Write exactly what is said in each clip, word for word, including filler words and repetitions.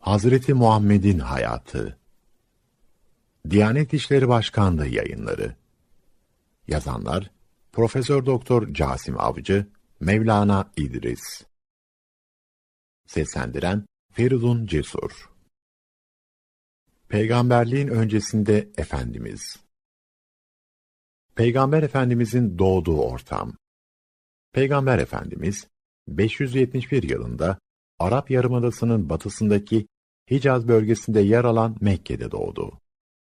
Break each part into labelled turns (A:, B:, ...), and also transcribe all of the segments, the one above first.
A: Hazreti Muhammed'in hayatı. Diyanet İşleri Başkanlığı yayınları. Yazanlar: Profesör Doktor Casim Avcı, Mevlana İdris. Seslendiren: Feridun Cesur. Peygamberliğin öncesinde Efendimiz. Peygamber Efendimizin doğduğu ortam. Peygamber Efendimiz, beş yüz yetmiş bir yılında Arap Yarımadası'nın batısındaki Hicaz bölgesinde yer alan Mekke'de doğdu.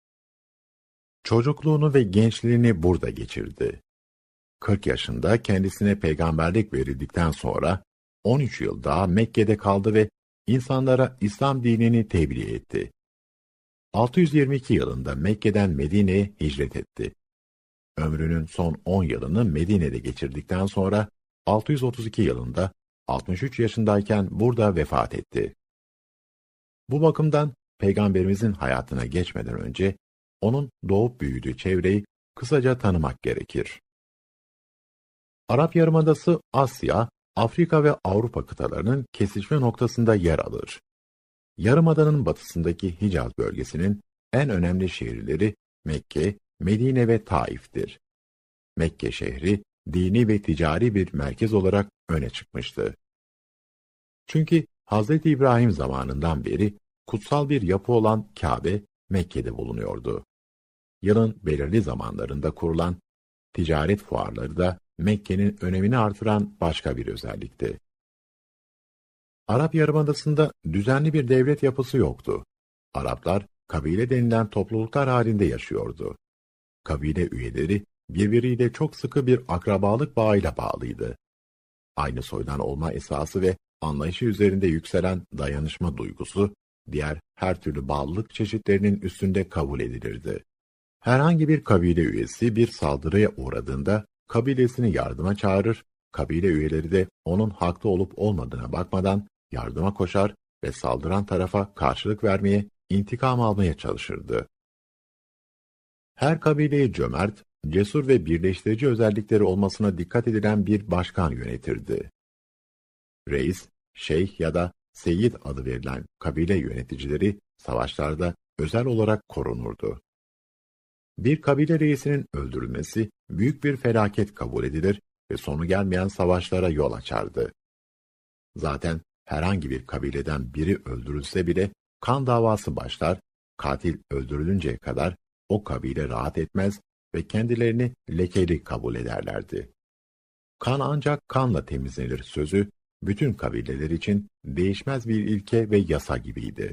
A: Çocukluğunu ve gençliğini burada geçirdi. kırk yaşında kendisine peygamberlik verildikten sonra on üç yıl daha Mekke'de kaldı ve insanlara İslam dinini tebliğ etti. altı yüz yirmi iki yılında Mekke'den Medine'ye hicret etti. Ömrünün son on yılını Medine'de geçirdikten sonra altı yüz otuz iki yılında altmış üç yaşındayken burada vefat etti. Bu bakımdan Peygamberimizin hayatına geçmeden önce onun doğup büyüdüğü çevreyi kısaca tanımak gerekir. Arap Yarımadası Asya, Afrika ve Avrupa kıtalarının kesişme noktasında yer alır. Yarımadanın batısındaki Hicaz bölgesinin en önemli şehirleri Mekke, Medine ve Taif'tir. Mekke şehri dini ve ticari bir merkez olarak öne çıkmıştı. Çünkü Hazreti İbrahim zamanından beri kutsal bir yapı olan Kabe Mekke'de bulunuyordu. Yılın belirli zamanlarında kurulan ticaret fuarları da Mekke'nin önemini artıran başka bir özellikti. Arap Yarımadası'nda düzenli bir devlet yapısı yoktu. Araplar kabile denilen topluluklar halinde yaşıyordu. Kabile üyeleri birbiriyle çok sıkı bir akrabalık bağıyla bağlıydı. Aynı soydan olma esası ve anlayışı üzerinde yükselen dayanışma duygusu, diğer her türlü bağlılık çeşitlerinin üstünde kabul edilirdi. Herhangi bir kabile üyesi bir saldırıya uğradığında kabilesini yardıma çağırır, kabile üyeleri de onun haklı olup olmadığına bakmadan yardıma koşar ve saldıran tarafa karşılık vermeye, intikam almaya çalışırdı. Her kabileyi cömert, cesur ve birleştirici özellikleri olmasına dikkat edilen bir başkan yönetirdi. Reis, şeyh ya da seyyid adı verilen kabile yöneticileri savaşlarda özel olarak korunurdu. Bir kabile reisinin öldürülmesi büyük bir felaket kabul edilir ve sonu gelmeyen savaşlara yol açardı. Zaten herhangi bir kabileden biri öldürülse bile kan davası başlar, katil öldürülünceye kadar o kabile rahat etmez ve kendilerini lekeli kabul ederlerdi. Kan ancak kanla temizlenir sözü, bütün kabileler için değişmez bir ilke ve yasa gibiydi.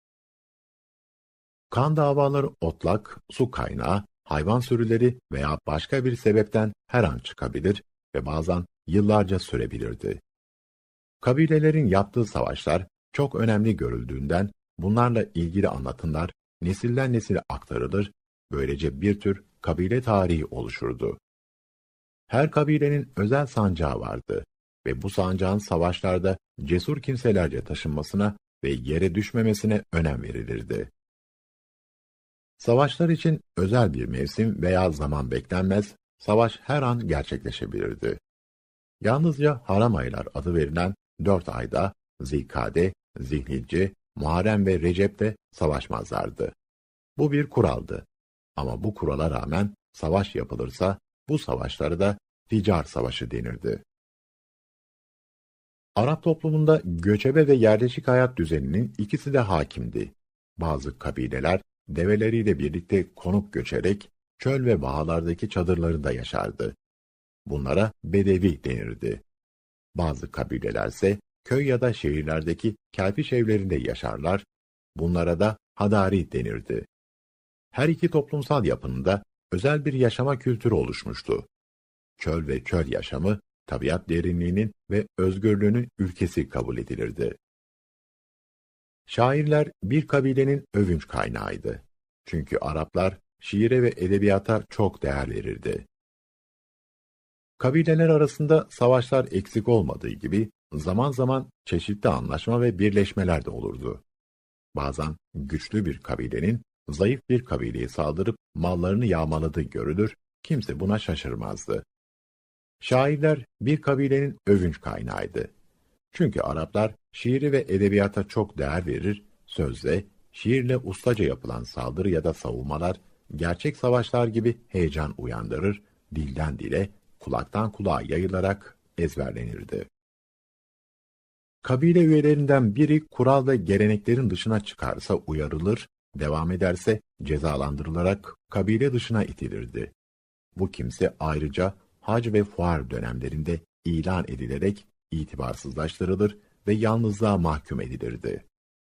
A: Kan davaları otlak, su kaynağı, hayvan sürüleri veya başka bir sebepten her an çıkabilir ve bazen yıllarca sürebilirdi. Kabilelerin yaptığı savaşlar çok önemli görüldüğünden bunlarla ilgili anlatımlar nesilden nesile aktarılır, böylece bir tür kabile tarihi oluşurdu. Her kabilenin özel sancağı vardı ve bu sancağın savaşlarda cesur kimselerce taşınmasına ve yere düşmemesine önem verilirdi. Savaşlar için özel bir mevsim veya zaman beklenmez, savaş her an gerçekleşebilirdi. Yalnızca haram aylar adı verilen dört ayda Zilkade, Zilhicce, Muharrem ve Recep'te savaşmazlardı. Bu bir kuraldı. Ama bu kurala rağmen savaş yapılırsa bu savaşlara da Ficar Savaşı denirdi. Arap toplumunda göçebe ve yerleşik hayat düzeninin ikisi de hakimdi. Bazı kabileler develeriyle birlikte konup göçerek çöl ve vahalardaki çadırlarında yaşardı. Bunlara Bedevi denirdi. Bazı kabilelerse köy ya da şehirlerdeki kerpiç evlerinde yaşarlar, bunlara da Hadari denirdi. Her iki toplumsal yapının da özel bir yaşama kültürü oluşmuştu. Çöl ve çöl yaşamı, tabiat derinliğinin ve özgürlüğünün ülkesi kabul edilirdi. Şairler bir kabilenin övünç kaynağıydı. Çünkü Araplar şiire ve edebiyata çok değer verirdi. Kabileler arasında savaşlar eksik olmadığı gibi zaman zaman çeşitli anlaşma ve birleşmeler de olurdu. Bazen güçlü bir kabilenin zayıf bir kabileye saldırıp mallarını yağmaladığı görülür, kimse buna şaşırmazdı. Şairler bir kabilenin övünç kaynağıydı. Çünkü Araplar şiiri ve edebiyata çok değer verir, Sözle, şiirle ustaca yapılan saldırı ya da savunmalar, gerçek savaşlar gibi heyecan uyandırır, dilden dile, kulaktan kulağa yayılarak ezberlenirdi. Kabile üyelerinden biri kural ve geleneklerin dışına çıkarsa uyarılır, devam ederse cezalandırılarak kabile dışına itilirdi. Bu kimse ayrıca hac ve fuar dönemlerinde ilan edilerek itibarsızlaştırılır ve yalnızlığa mahkum edilirdi.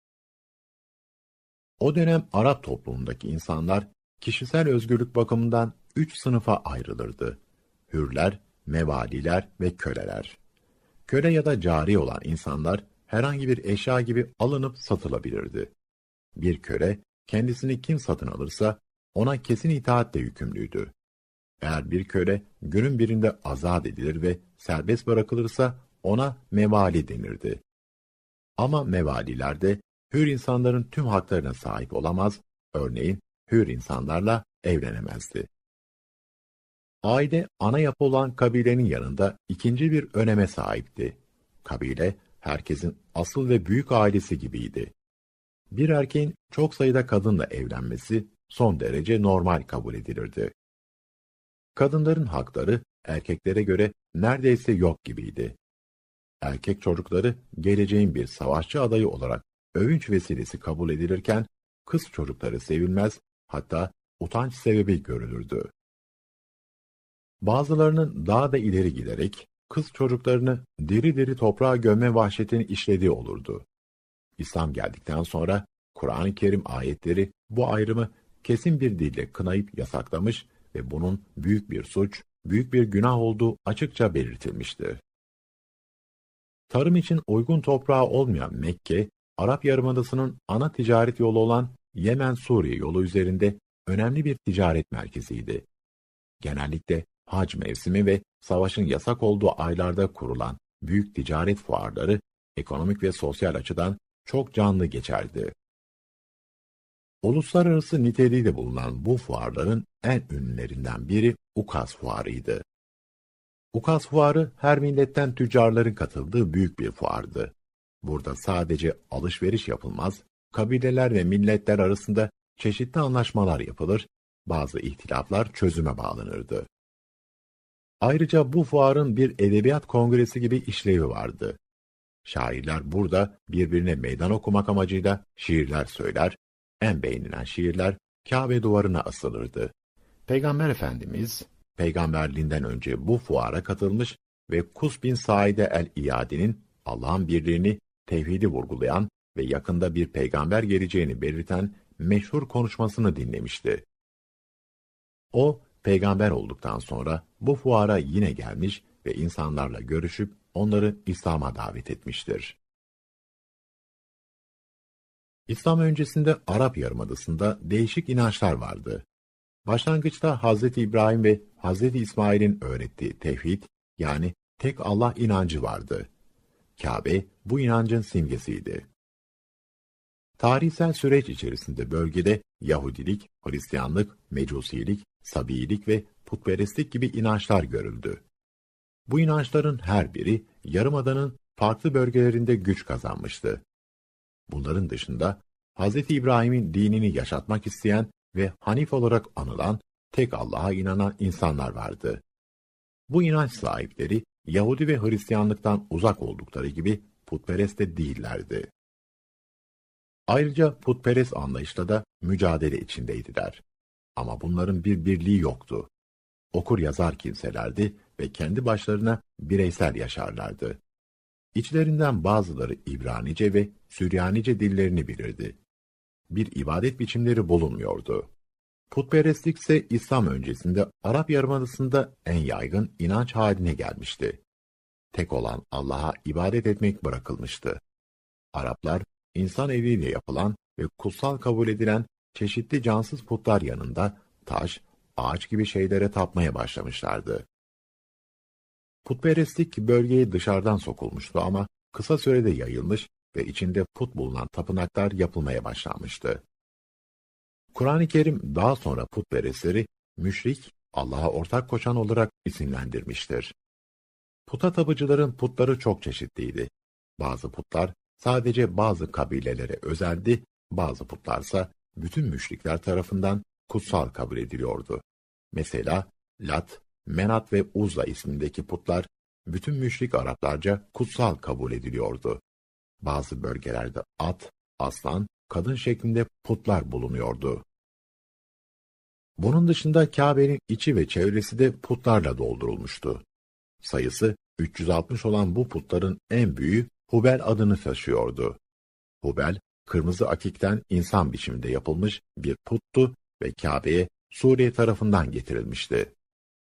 A: O dönem Arap toplumundaki insanlar kişisel özgürlük bakımından üç sınıfa ayrılırdı. Hürler, mevaliler ve köleler. Köle ya da cari olan insanlar herhangi bir eşya gibi alınıp satılabilirdi. Bir köle, kendisini kim satın alırsa ona kesin itaatle yükümlüydü. Eğer bir köle günün birinde azat edilir ve serbest bırakılırsa ona mevali denirdi. Ama mevaliler de hür insanların tüm haklarına sahip olamaz, örneğin hür insanlarla evlenemezdi. Aile ana yapı olan kabilenin yanında ikinci bir öneme sahipti. Kabile, herkesin asıl ve büyük ailesi gibiydi. Bir erkeğin çok sayıda kadınla evlenmesi son derece normal kabul edilirdi. Kadınların hakları erkeklere göre neredeyse yok gibiydi. Erkek çocukları geleceğin bir savaşçı adayı olarak övünç vesilesi kabul edilirken, kız çocukları sevilmez, hatta utanç sebebi görülürdü. Bazılarının daha da ileri giderek kız çocuklarını diri diri toprağa gömme vahşetini işlediği olurdu. İslam geldikten sonra Kur'an-ı Kerim ayetleri bu ayrımı kesin bir dille kınayıp yasaklamış ve bunun büyük bir suç, büyük bir günah olduğu açıkça belirtilmiştir. Tarım için uygun toprağı olmayan Mekke, Arap Yarımadası'nın ana ticaret yolu olan Yemen-Suriye yolu üzerinde önemli bir ticaret merkeziydi. Genellikle hac mevsimi ve savaşın yasak olduğu aylarda kurulan büyük ticaret fuarları, ekonomik ve sosyal açıdan çok canlı geçerdi. Uluslararası niteliği de bulunan bu fuarların en ünlülerinden biri Ukaz Fuarı'ydı. Ukaz Fuarı her milletten tüccarların katıldığı büyük bir fuardı. Burada sadece alışveriş yapılmaz, kabileler ve milletler arasında çeşitli anlaşmalar yapılır, bazı ihtilaflar çözüme bağlanırdı. Ayrıca bu fuarın bir edebiyat kongresi gibi işlevi vardı. Şairler burada birbirine meydan okumak amacıyla şiirler söyler, en beğenilen şiirler Kâbe duvarına asılırdı. Peygamber Efendimiz, peygamberliğinden önce bu fuara katılmış ve Kus bin Saide el-İyadi'nin Allah'ın birliğini, tevhidi vurgulayan ve yakında bir peygamber geleceğini belirten meşhur konuşmasını dinlemişti. O, peygamber olduktan sonra bu fuara yine gelmiş ve insanlarla görüşüp onları İslam'a davet etmiştir. İslam öncesinde Arap Yarımadası'nda değişik inançlar vardı. Başlangıçta Hazreti İbrahim ve Hazreti İsmail'in öğrettiği tevhid, yani tek Allah inancı vardı. Kâbe bu inancın simgesiydi. Tarihsel süreç içerisinde bölgede Yahudilik, Hristiyanlık, Mecusilik, Sabiilik ve putperestlik gibi inançlar görüldü. Bu inançların her biri Yarımada'nın farklı bölgelerinde güç kazanmıştı. Bunların dışında Hz. İbrahim'in dinini yaşatmak isteyen ve Hanif olarak anılan, tek Allah'a inanan insanlar vardı. Bu inanç sahipleri Yahudi ve Hristiyanlıktan uzak oldukları gibi putperest de değillerdi. Ayrıca putperest anlayışla da mücadele içindeydiler. Ama bunların bir birliği yoktu. Okur yazar kimselerdi ve kendi başlarına bireysel yaşarlardı. İçlerinden bazıları İbranice ve Süryanice dillerini bilirdi. Bir ibadet biçimleri bulunmuyordu. Putperestlik ise İslam öncesinde Arap Yarımadası'nda en yaygın inanç haline gelmişti. Tek olan Allah'a ibadet etmek bırakılmıştı. Araplar, insan eliyle yapılan ve kutsal kabul edilen çeşitli cansız putlar yanında taş, ağaç gibi şeylere tapmaya başlamışlardı. Putperestlik bölgeye dışarıdan sokulmuştu ama kısa sürede yayılmış ve içinde put bulunan tapınaklar yapılmaya başlanmıştı. Kur'an-ı Kerim daha sonra putperestleri müşrik, Allah'a ortak koşan olarak isimlendirmiştir. Puta tapıcıların putları çok çeşitliydi. Bazı putlar sadece bazı kabilelere özeldi, Bazı putlarsa bütün müşrikler tarafından kutsal kabul ediliyordu. Mesela Lat, Menat ve Uzza ismindeki putlar bütün müşrik Araplarca kutsal kabul ediliyordu. Bazı bölgelerde at, aslan, kadın şeklinde putlar bulunuyordu. Bunun dışında Kabe'nin içi ve çevresi de putlarla doldurulmuştu. Sayısı üç yüz altmış olan bu putların en büyüğü Hubel adını taşıyordu. Hubel, kırmızı akikten insan biçiminde yapılmış bir puttu ve Kabe'ye Suriye tarafından getirilmişti.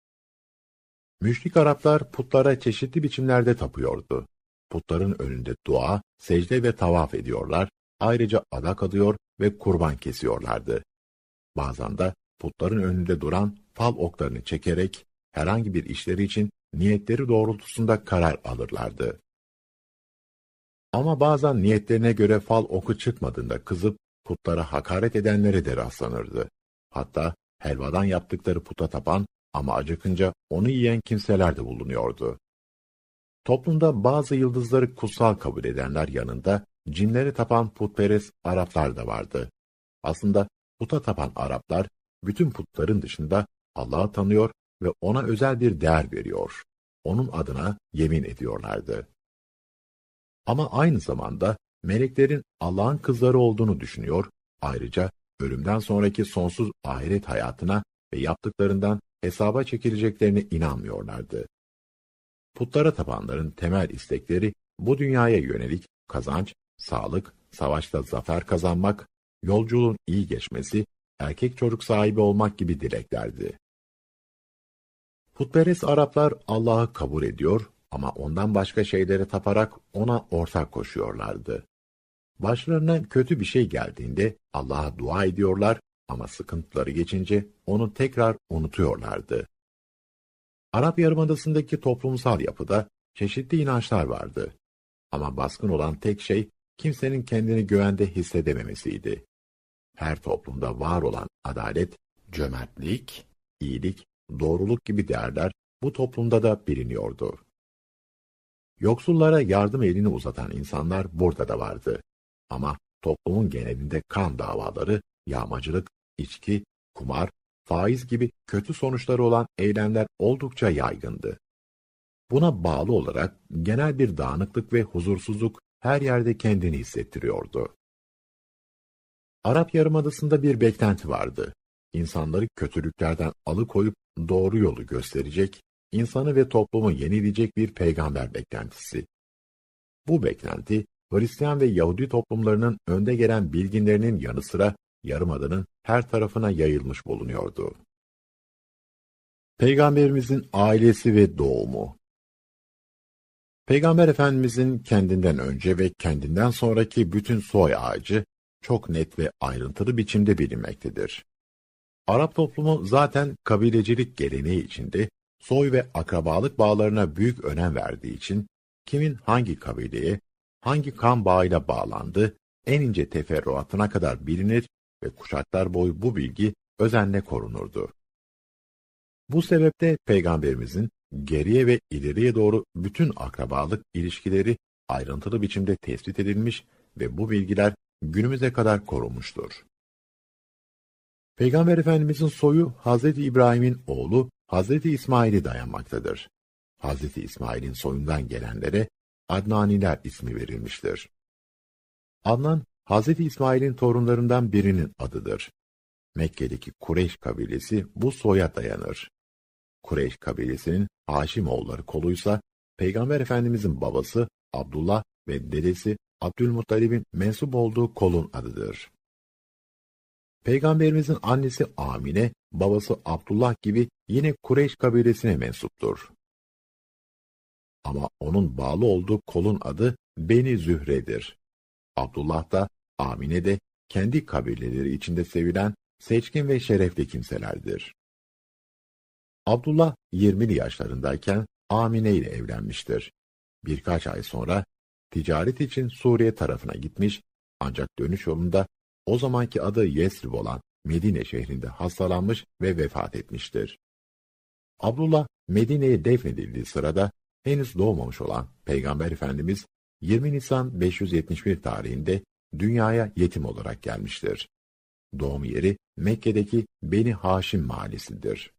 A: Müşrik Araplar putlara çeşitli biçimlerde tapıyordu. Putların önünde dua, secde ve tavaf ediyorlar, ayrıca adak adıyor ve kurban kesiyorlardı. Bazen de putların önünde duran fal oklarını çekerek herhangi bir işleri için niyetleri doğrultusunda karar alırlardı. Ama bazen niyetlerine göre fal oku çıkmadığında kızıp putlara hakaret edenlere de rastlanırdı. Hatta helvadan yaptıkları puta tapan ama acıkınca onu yiyen kimseler de bulunuyordu. Toplumda bazı yıldızları kutsal kabul edenler yanında cinleri tapan putperest Araplar da vardı. Aslında puta tapan Araplar bütün putların dışında Allah'ı tanıyor ve ona özel bir değer veriyor. Onun adına yemin ediyorlardı. Ama aynı zamanda meleklerin Allah'ın kızları olduğunu düşünüyor, ayrıca ölümden sonraki sonsuz ahiret hayatına ve yaptıklarından hesaba çekileceklerine inanmıyorlardı. Putlara tapanların temel istekleri bu dünyaya yönelik kazanç, sağlık, savaşta zafer kazanmak, yolculuğun iyi geçmesi, erkek çocuk sahibi olmak gibi dileklerdi. Putperest Araplar Allah'ı kabul ediyor ama ondan başka şeylere taparak ona ortak koşuyorlardı. Başlarına kötü bir şey geldiğinde Allah'a dua ediyorlar ama sıkıntıları geçince onu tekrar unutuyorlardı. Arap Yarımadası'ndaki toplumsal yapıda çeşitli inançlar vardı. Ama baskın olan tek şey kimsenin kendini güvende hissedememesiydi. Her toplumda var olan adalet, cömertlik, iyilik, doğruluk gibi değerler bu toplumda da biliniyordu. Yoksullara yardım elini uzatan insanlar burada da vardı. Ama toplumun genelinde kan davaları, yağmacılık, içki, kumar, faiz gibi kötü sonuçları olan eylemler oldukça yaygındı. Buna bağlı olarak genel bir dağınıklık ve huzursuzluk her yerde kendini hissettiriyordu. Arap Yarımadası'nda bir beklenti vardı. İnsanları kötülüklerden alıkoyup doğru yolu gösterecek, insanı ve toplumu yenileyecek bir peygamber beklentisi. Bu beklenti, Hristiyan ve Yahudi toplumlarının önde gelen bilginlerinin yanı sıra Yarımada'nın her tarafına yayılmış bulunuyordu. Peygamberimizin ailesi ve doğumu. Peygamber Efendimizin kendinden önce ve kendinden sonraki bütün soy ağacı çok net ve ayrıntılı biçimde bilinmektedir. Arap toplumu zaten kabilecilik geleneği içinde soy ve akrabalık bağlarına büyük önem verdiği için kimin hangi kabileye, hangi kan bağıyla bağlandığı en ince teferruatına kadar bilinir ve kuşaklar boyu bu bilgi özenle korunurdu. Bu sebeple Peygamberimizin geriye ve ileriye doğru bütün akrabalık ilişkileri ayrıntılı biçimde tespit edilmiş ve bu bilgiler günümüze kadar korunmuştur. Peygamber Efendimizin soyu Hazreti İbrahim'in oğlu Hazreti İsmail'e dayanmaktadır. Hazreti İsmail'in soyundan gelenlere Adnaniler ismi verilmiştir. Adnan, Hazreti İsmail'in torunlarından birinin adıdır. Mekke'deki Kureyş kabilesi bu soya dayanır. Kureyş kabilesinin Haşimoğulları koluysa, Peygamber Efendimizin babası Abdullah ve dedesi Abdülmuttalib'in mensup olduğu kolun adıdır. Peygamberimizin annesi Amine, babası Abdullah gibi yine Kureyş kabilesine mensuptur. Ama onun bağlı olduğu kolun adı Beni Zühre'dir. Abdullah da, Amine de kendi kabileleri içinde sevilen, seçkin ve şerefli kimselerdir. Abdullah yirmili yaşlarındayken Amine ile evlenmiştir. Birkaç ay sonra ticaret için Suriye tarafına gitmiş, ancak dönüş yolunda o zamanki adı Yesrib olan Medine şehrinde hastalanmış ve vefat etmiştir. Abdullah Medine'ye defnedildiği sırada henüz doğmamış olan Peygamber Efendimiz yirmi Nisan beş yüz yetmiş bir tarihinde dünyaya yetim olarak gelmiştir. Doğum yeri Mekke'deki Beni Haşim mahallesidir.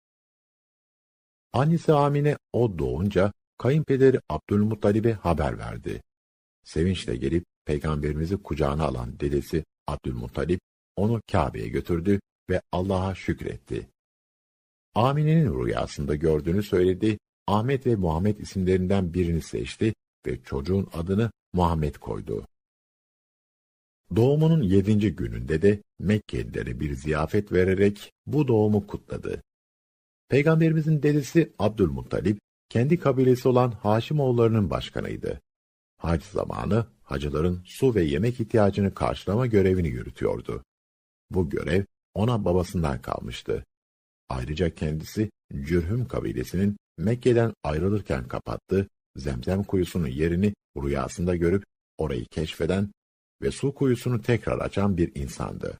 A: Annesi Amine o doğunca kayınpederi Abdülmuttalib'e haber verdi. Sevinçle gelip peygamberimizi kucağına alan dedesi Abdülmuttalib onu Kabe'ye götürdü ve Allah'a şükretti. Amine'nin rüyasında gördüğünü söyledi, Ahmet ve Muhammed isimlerinden birini seçti ve çocuğun adını Muhammed koydu. Doğumunun yedinci gününde de Mekkelilere bir ziyafet vererek bu doğumu kutladı. Peygamberimizin dedesi Abdülmuttalib, kendi kabilesi olan Haşimoğullarının başkanıydı. Hac zamanı hacıların su ve yemek ihtiyacını karşılama görevini yürütüyordu. Bu görev ona babasından kalmıştı. Ayrıca kendisi Cürhüm kabilesinin Mekke'den ayrılırken kapattığı Zemzem kuyusunun yerini rüyasında görüp orayı keşfeden ve su kuyusunu tekrar açan bir insandı.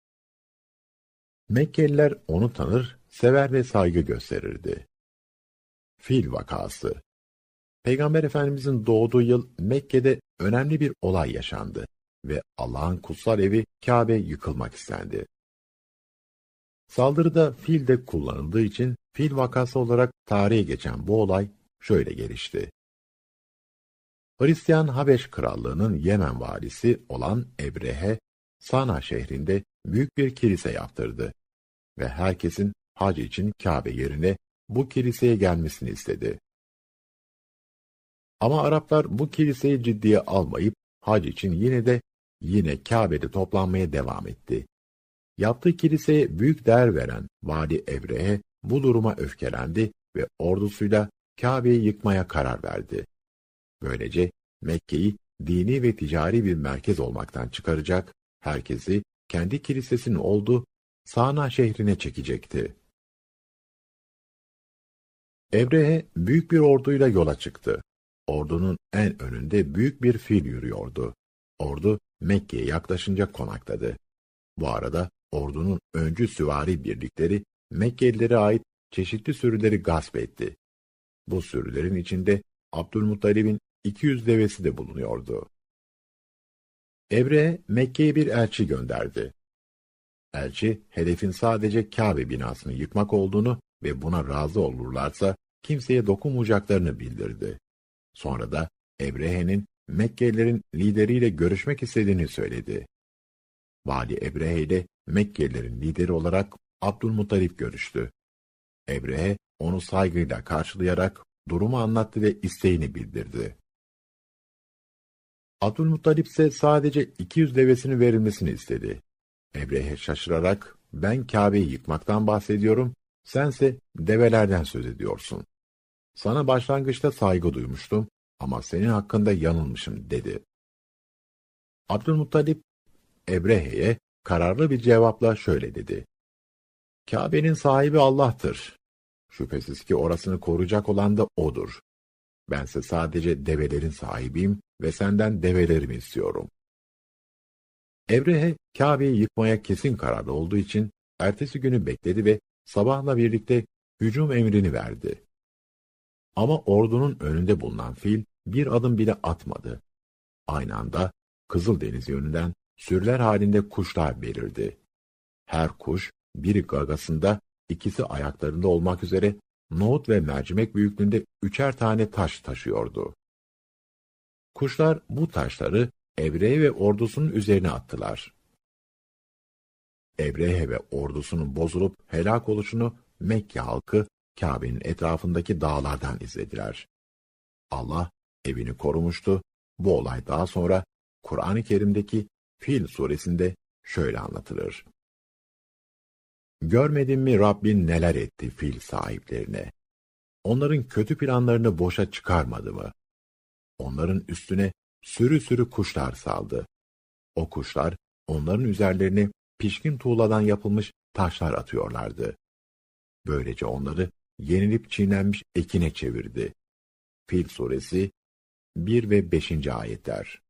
A: Mekkeliler onu tanır, sever ve saygı gösterirdi. Fil vakası. Peygamber Efendimizin doğduğu yıl Mekke'de önemli bir olay yaşandı ve Allah'ın kutsal evi Kabe yıkılmak istendi. Saldırıda fil de kullanıldığı için fil vakası olarak tarihe geçen bu olay şöyle gelişti. Hristiyan Habeş Krallığı'nın Yemen valisi olan Ebrehe, Sana şehrinde büyük bir kilise yaptırdı ve herkesin hac için Kabe yerine bu kiliseye gelmesini istedi. Ama Araplar bu kiliseyi ciddiye almayıp hac için yine de yine Kabe'de toplanmaya devam etti. Yaptığı kiliseye büyük değer veren Vali Ebrehe bu duruma öfkelendi ve ordusuyla Kabe'yi yıkmaya karar verdi. Böylece Mekke'yi dini ve ticari bir merkez olmaktan çıkaracak, herkesi kendi kilisesinin olduğu Sana şehrine çekecekti. Ebrehe büyük bir orduyla yola çıktı. Ordunun en önünde büyük bir fil yürüyordu. Ordu Mekke'ye yaklaşınca konakladı. Bu arada ordunun öncü süvari birlikleri Mekkelilere ait çeşitli sürüleri gasp etti. Bu sürülerin içinde Abdülmuttalib'in iki yüz devesi de bulunuyordu. Ebrehe Mekke'ye bir elçi gönderdi. Elçi, hedefin sadece Kabe binasını yıkmak olduğunu ve buna razı olurlarsa kimseye dokunmayacaklarını bildirdi. Sonra da Ebrehe'nin Mekkelilerin lideriyle görüşmek istediğini söyledi. Vali Ebrehe ile Mekkelilerin lideri olarak Abdülmuttalib görüştü. Ebrehe onu saygıyla karşılayarak durumu anlattı ve isteğini bildirdi. Abdülmuttalib ise sadece iki yüz devesinin verilmesini istedi. Ebrehe şaşırarak, ben Kabe'yi yıkmaktan bahsediyorum, sense develerden söz ediyorsun. Sana başlangıçta saygı duymuştum ama senin hakkında yanılmışım dedi. Abdülmuttalib, Ebrehe'ye kararlı bir cevapla şöyle dedi. Kabe'nin sahibi Allah'tır. Şüphesiz ki orasını koruyacak olan da O'dur. Bense sadece develerin sahibiyim ve senden develerimi istiyorum. Ebrehe, Kabe'yi yıkmaya kesin kararlı olduğu için ertesi günü bekledi ve sabahla birlikte hücum emrini verdi. Ama ordunun önünde bulunan fil bir adım bile atmadı. Aynı anda Kızıldeniz yönünden sürüler halinde kuşlar belirdi. Her kuş, biri gagasında, ikisi ayaklarında olmak üzere nohut ve mercimek büyüklüğünde üçer tane taş taşıyordu. Kuşlar bu taşları Ebrehe ve ordusunun üzerine attılar. Ebrehe ve ordusunun bozulup helak oluşunu Mekke halkı Kabe'nin etrafındaki dağlardan izlediler. Allah evini korumuştu. Bu olay daha sonra Kur'an-ı Kerim'deki Fil suresinde şöyle anlatılır. Görmedin mi Rabbin neler etti fil sahiplerine? Onların kötü planlarını boşa çıkarmadı mı? Onların üstüne sürü sürü kuşlar saldı. O kuşlar onların üzerlerine pişkin tuğladan yapılmış taşlar atıyorlardı. Böylece onları yenilip çiğnenmiş ekine çevirdi. Fil suresi bir ve beşinci ayetler.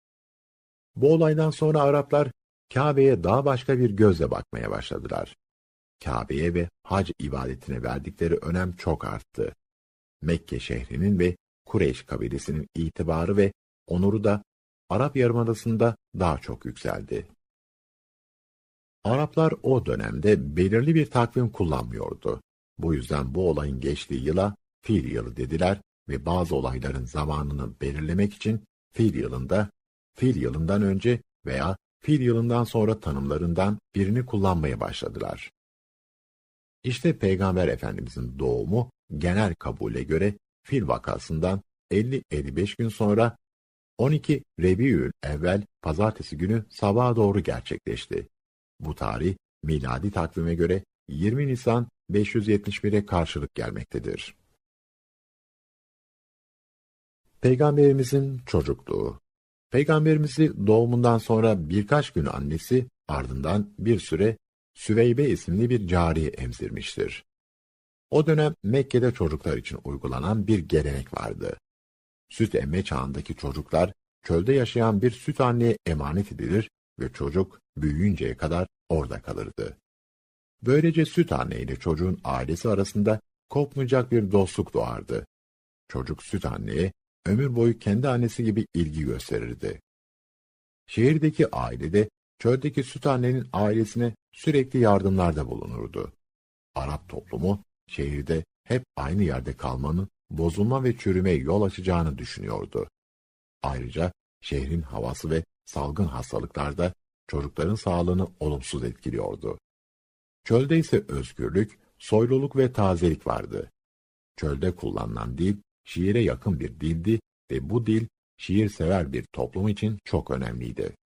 A: Bu olaydan sonra Araplar Kabe'ye daha başka bir gözle bakmaya başladılar. Kabe'ye ve hac ibadetine verdikleri önem çok arttı. Mekke şehrinin ve Kureyş kabilesinin itibarı ve onuru da Arap Yarımadası'nda daha çok yükseldi. Araplar o dönemde belirli bir takvim kullanmıyordu. Bu yüzden bu olayın geçtiği yıla fil yılı dediler ve bazı olayların zamanını belirlemek için fil yılında, fil yılından önce veya fil yılından sonra tanımlarından birini kullanmaya başladılar. İşte Peygamber Efendimizin doğumu genel kabule göre fil vakasından elli elli beş gün sonra on iki Rebiül Evvel pazartesi günü sabaha doğru gerçekleşti. Bu tarih miladi takvime göre yirmi Nisan beş yüz yetmiş bire karşılık gelmektedir. Peygamberimizin çocukluğu. Peygamberimizi doğumundan sonra birkaç gün annesi, ardından bir süre Süveybe isimli bir cariye emzirmiştir. O dönem Mekke'de çocuklar için uygulanan bir gelenek vardı. Süt emme çağındaki çocuklar çölde yaşayan bir süt anneye emanet edilir ve çocuk büyüyünceye kadar orada kalırdı. Böylece süt anne ile çocuğun ailesi arasında kopmayacak bir dostluk doğardı. Çocuk süt anneye ömür boyu kendi annesi gibi ilgi gösterirdi. Şehirdeki ailede çöldeki süt annenin ailesine sürekli yardımlarda bulunurdu. Arap toplumu şehirde hep aynı yerde kalmanın bozulma ve çürümeye yol açacağını düşünüyordu. Ayrıca şehrin havası ve salgın hastalıklar da çocukların sağlığını olumsuz etkiliyordu. Çölde ise özgürlük, soyluluk ve tazelik vardı. Çölde kullanılan dil, şiire yakın bir dildi ve bu dil, şiirsever bir toplum için çok önemliydi.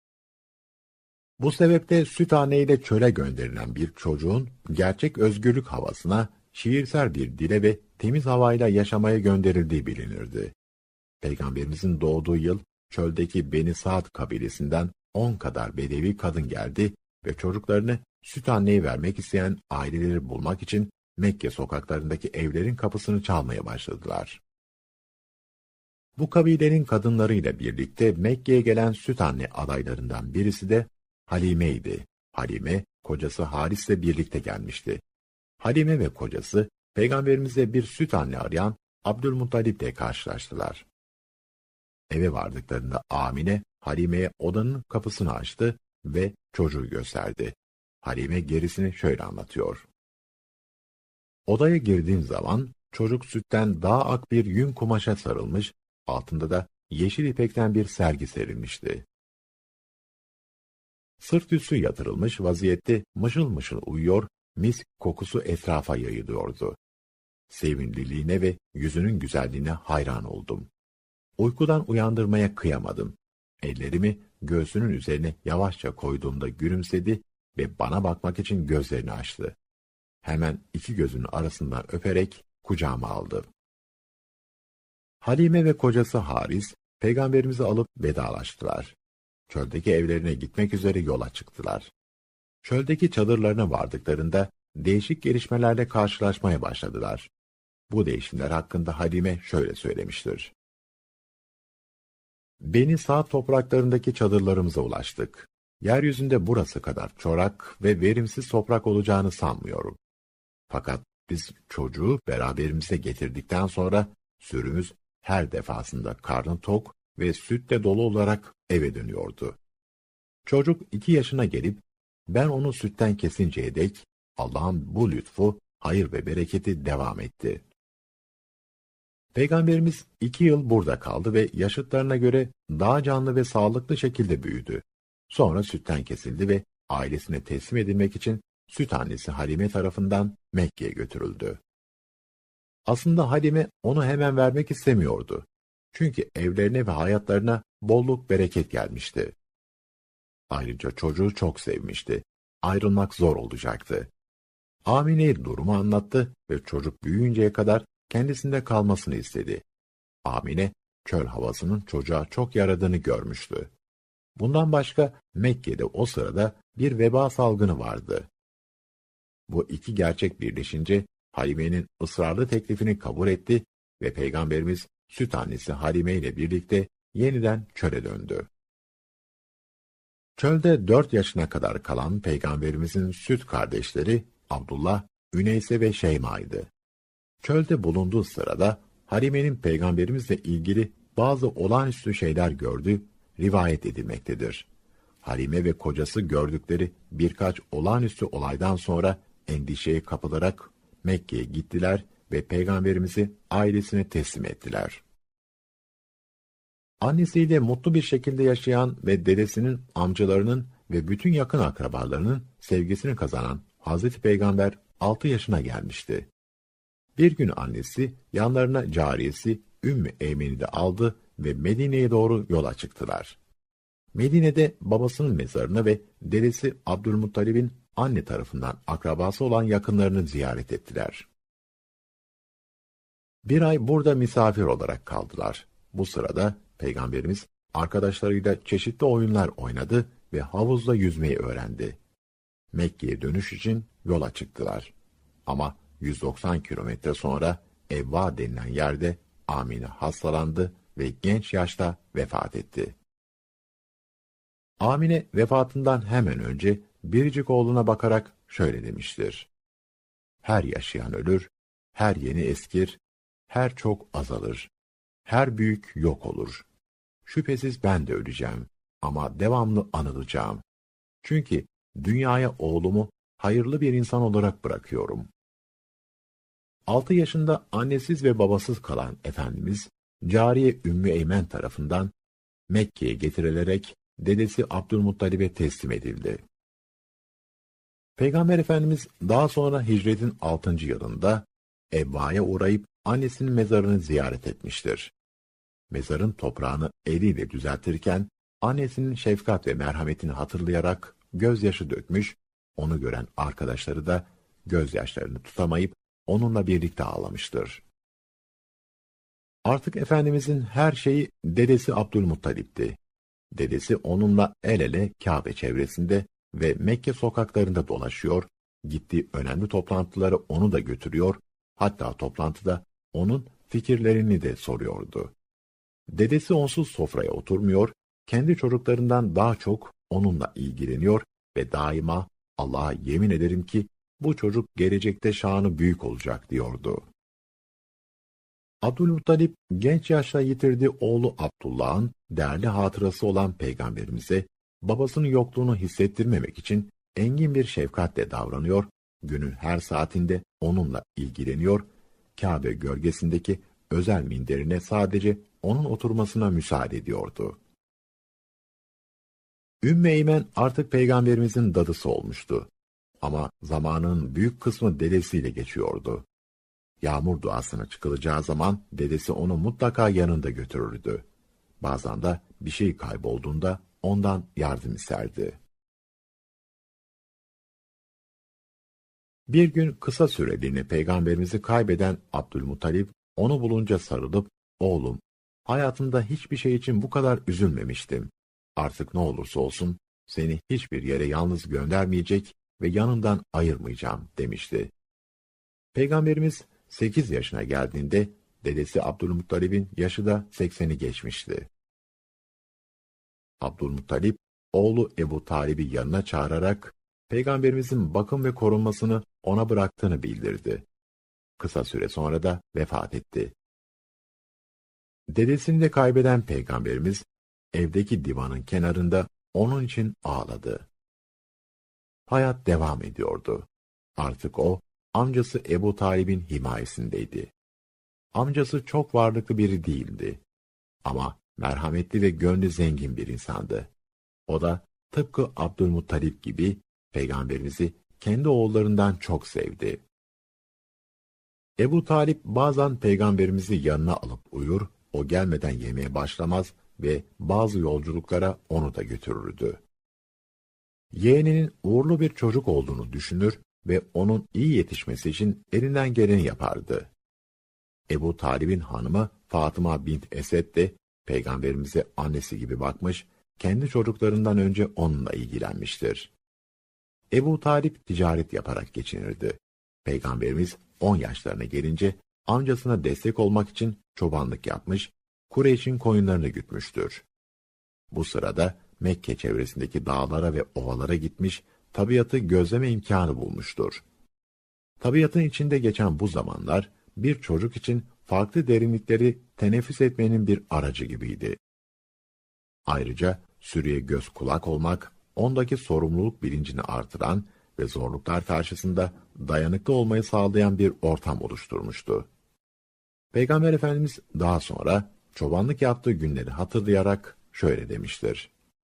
A: Bu sebeple süthane ile çöle gönderilen bir çocuğun gerçek özgürlük havasına, şiirsel bir dile ve temiz havayla yaşamaya gönderildiği bilinirdi. Peygamberimizin doğduğu yıl, çöldeki Beni Saad kabilesinden on kadar bedevi kadın geldi ve çocuklarını süt anneye vermek isteyen aileleri bulmak için Mekke sokaklarındaki evlerin kapısını çalmaya başladılar. Bu kabilenin kadınlarıyla birlikte Mekke'ye gelen süt anne adaylarından birisi de Halime'ydi. Halime, kocası Haris'le birlikte gelmişti. Halime ve kocası, Peygamberimize bir süt anne arayan Abdülmuttalip'le karşılaştılar. Eve vardıklarında Amine, Halime'ye odanın kapısını açtı ve çocuğu gösterdi. Halime gerisini şöyle anlatıyor. Odaya girdiğim zaman çocuk sütten daha ak bir yün kumaşa sarılmış, altında da yeşil ipekten bir sergi serilmişti. Sırt üstü yatırılmış vaziyette mışıl mışıl uyuyor, mis kokusu etrafa yayılıyordu. Sevimliliğine ve yüzünün güzelliğine hayran oldum. Uykudan uyandırmaya kıyamadım. Ellerimi göğsünün üzerine yavaşça koyduğumda gülümsedi ve bana bakmak için gözlerini açtı. Hemen iki gözünün arasından öperek kucağıma aldı. Halime ve kocası Haris, Peygamberimizi alıp vedalaştılar. Çöldeki evlerine gitmek üzere yola çıktılar. Çöldeki çadırlarına vardıklarında değişik gelişmelerle karşılaşmaya başladılar. Bu değişimler hakkında Halime şöyle söylemiştir. Beni Saad topraklarındaki çadırlarımıza ulaştık. Yeryüzünde burası kadar çorak ve verimsiz toprak olacağını sanmıyorum. Fakat biz çocuğu beraberimize getirdikten sonra sürümüz her defasında karnı tok ve sütle dolu olarak eve dönüyordu. Çocuk iki yaşına gelip ben onu sütten kesinceye dek Allah'ın bu lütfu, hayır ve bereketi devam etti. Peygamberimiz iki yıl burada kaldı ve yaşıtlarına göre daha canlı ve sağlıklı şekilde büyüdü. Sonra sütten kesildi ve ailesine teslim edilmek için süt annesi Halime tarafından Mekke'ye götürüldü. Aslında Halime onu hemen vermek istemiyordu. Çünkü evlerine ve hayatlarına bolluk bereket gelmişti. Ayrıca çocuğu çok sevmişti. Ayrılmak zor olacaktı. Amine'ye durumu anlattı ve çocuk büyüyünceye kadar kendisinde kalmasını istedi. Amine, çöl havasının çocuğa çok yaradığını görmüştü. Bundan başka Mekke'de o sırada bir veba salgını vardı. Bu iki gerçek birleşince Halime'nin ısrarlı teklifini kabul etti ve Peygamberimiz süt annesi Halime ile birlikte yeniden çöle döndü. Çölde dört yaşına kadar kalan Peygamberimizin süt kardeşleri Abdullah, Üneyse ve Şeyma'ydı. Çölde bulunduğu sırada Halime'nin Peygamberimizle ilgili bazı olağanüstü şeyler gördü rivayet edilmektedir. Halime ve kocası gördükleri birkaç olağanüstü olaydan sonra endişeye kapılarak Mekke'ye gittiler ve Peygamberimizi ailesine teslim ettiler. Annesiyle mutlu bir şekilde yaşayan ve dedesinin, amcalarının ve bütün yakın akrabalarının sevgisini kazanan Hazreti Peygamber altı yaşına gelmişti. Bir gün annesi yanlarına cariyesi Ümmü Eymen'i de aldı ve Medine'ye doğru yola çıktılar. Medine'de babasının mezarını ve dedesi Abdülmuttalib'in anne tarafından akrabası olan yakınlarını ziyaret ettiler. Bir ay burada misafir olarak kaldılar. Bu sırada Peygamberimiz arkadaşlarıyla çeşitli oyunlar oynadı ve havuzda yüzmeyi öğrendi. Mekke'ye dönüş için yola çıktılar. Ama yüz doksan kilometre sonra Evva denilen yerde Amine hastalandı ve genç yaşta vefat etti. Amine vefatından hemen önce biricik oğluna bakarak şöyle demiştir: Her yaşayan ölür, her yeni eskir, her çok azalır, her büyük yok olur. Şüphesiz ben de öleceğim ama devamlı anılacağım. Çünkü dünyaya oğlumu hayırlı bir insan olarak bırakıyorum. Altı yaşında annesiz ve babasız kalan Efendimiz, cariye Ümmü Eymen tarafından Mekke'ye getirilerek dedesi Abdülmuttalib'e teslim edildi. Peygamber Efendimiz daha sonra hicretin altıncı yılında Evva'ya uğrayıp annesinin mezarını ziyaret etmiştir. Mezarın toprağını eliyle düzeltirken annesinin şefkat ve merhametini hatırlayarak gözyaşı dökmüş, onu gören arkadaşları da gözyaşlarını tutamayıp onunla birlikte ağlamıştır. Artık Efendimizin her şeyi dedesi Abdülmuttalip'ti. Dedesi onunla el ele Kabe çevresinde ve Mekke sokaklarında dolaşıyor, gittiği önemli toplantılara onu da götürüyor, hatta toplantıda onun fikirlerini de soruyordu. Dedesi onsuz sofraya oturmuyor, kendi çocuklarından daha çok onunla ilgileniyor ve daima Allah'a yemin ederim ki bu çocuk gelecekte şanı büyük olacak diyordu. Abdülmuttalip genç yaşta yitirdiği oğlu Abdullah'ın değerli hatırası olan Peygamberimize babasının yokluğunu hissettirmemek için engin bir şefkatle davranıyor, günün her saatinde onunla ilgileniyor, Kabe gölgesindeki özel minderine sadece onun oturmasına müsaade ediyordu. Ümmü Eymen artık Peygamberimizin dadısı olmuştu. Ama zamanının büyük kısmı dedesiyle geçiyordu. Yağmur duasına çıkılacağı zaman dedesi onu mutlaka yanında götürürdü. Bazen de bir şey kaybolduğunda ondan yardım isterdi. Bir gün kısa süreliğine Peygamberimizi kaybeden Abdülmuttalip onu bulunca sarılıp, "Oğlum, hayatımda hiçbir şey için bu kadar üzülmemiştim. Artık ne olursa olsun seni hiçbir yere yalnız göndermeyecek ve yanından ayırmayacağım," demişti. Peygamberimiz sekiz yaşına geldiğinde dedesi Abdülmuttalib'in yaşı da sekseni geçmişti. Abdülmuttalip oğlu Ebu Talib'i yanına çağırarak Peygamberimizin bakım ve korunmasını ona bıraktığını bildirdi. Kısa süre sonra da vefat etti. Dedesini de kaybeden Peygamberimiz evdeki divanın kenarında onun için ağladı. Hayat devam ediyordu. Artık o, amcası Ebu Talib'in himayesindeydi. Amcası çok varlıklı biri değildi. Ama merhametli ve gönlü zengin bir insandı. O da tıpkı Abdülmuttalip gibi Peygamberimizi kendi oğullarından çok sevdi. Ebu Talip bazen Peygamberimizi yanına alıp uyur, o gelmeden yemeye başlamaz ve bazı yolculuklara onu da götürürdü. Yeğeninin uğurlu bir çocuk olduğunu düşünür ve onun iyi yetişmesi için elinden geleni yapardı. Ebu Talib'in hanımı Fatıma bint Esed de Peygamberimize annesi gibi bakmış, kendi çocuklarından önce onunla ilgilenmiştir. Ebu Talip ticaret yaparak geçinirdi. Peygamberimiz on yaşlarına gelince amcasına destek olmak için çobanlık yapmış, Kureyş'in koyunlarını gütmüştür. Bu sırada Mekke çevresindeki dağlara ve ovalara gitmiş, tabiatı gözleme imkanı bulmuştur. Tabiatın içinde geçen bu zamanlar, bir çocuk için farklı derinlikleri teneffüs etmenin bir aracı gibiydi. Ayrıca sürüye göz kulak olmak, ondaki sorumluluk bilincini artıran ve zorluklar karşısında dayanıklı olmayı sağlayan bir ortam oluşturmuştu. Peygamber Efendimiz daha sonra çobanlık yaptığı günleri hatırlayarak şöyle demiştir: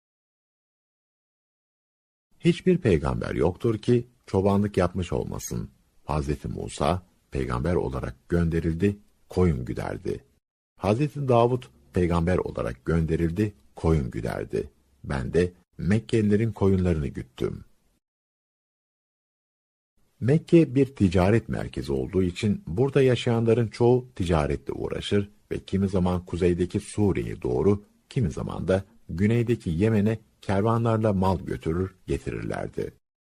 A: Hiçbir peygamber yoktur ki çobanlık yapmış olmasın. Hazreti Musa peygamber olarak gönderildi, koyun güderdi. Hazreti Davud peygamber olarak gönderildi, koyun güderdi. Ben de Mekkelilerin koyunlarını güttüm. Mekke bir ticaret merkezi olduğu için burada yaşayanların çoğu ticaretle uğraşır ve kimi zaman kuzeydeki Suriye'ye doğru, kimi zaman da güneydeki Yemen'e kervanlarla mal götürür getirirlerdi.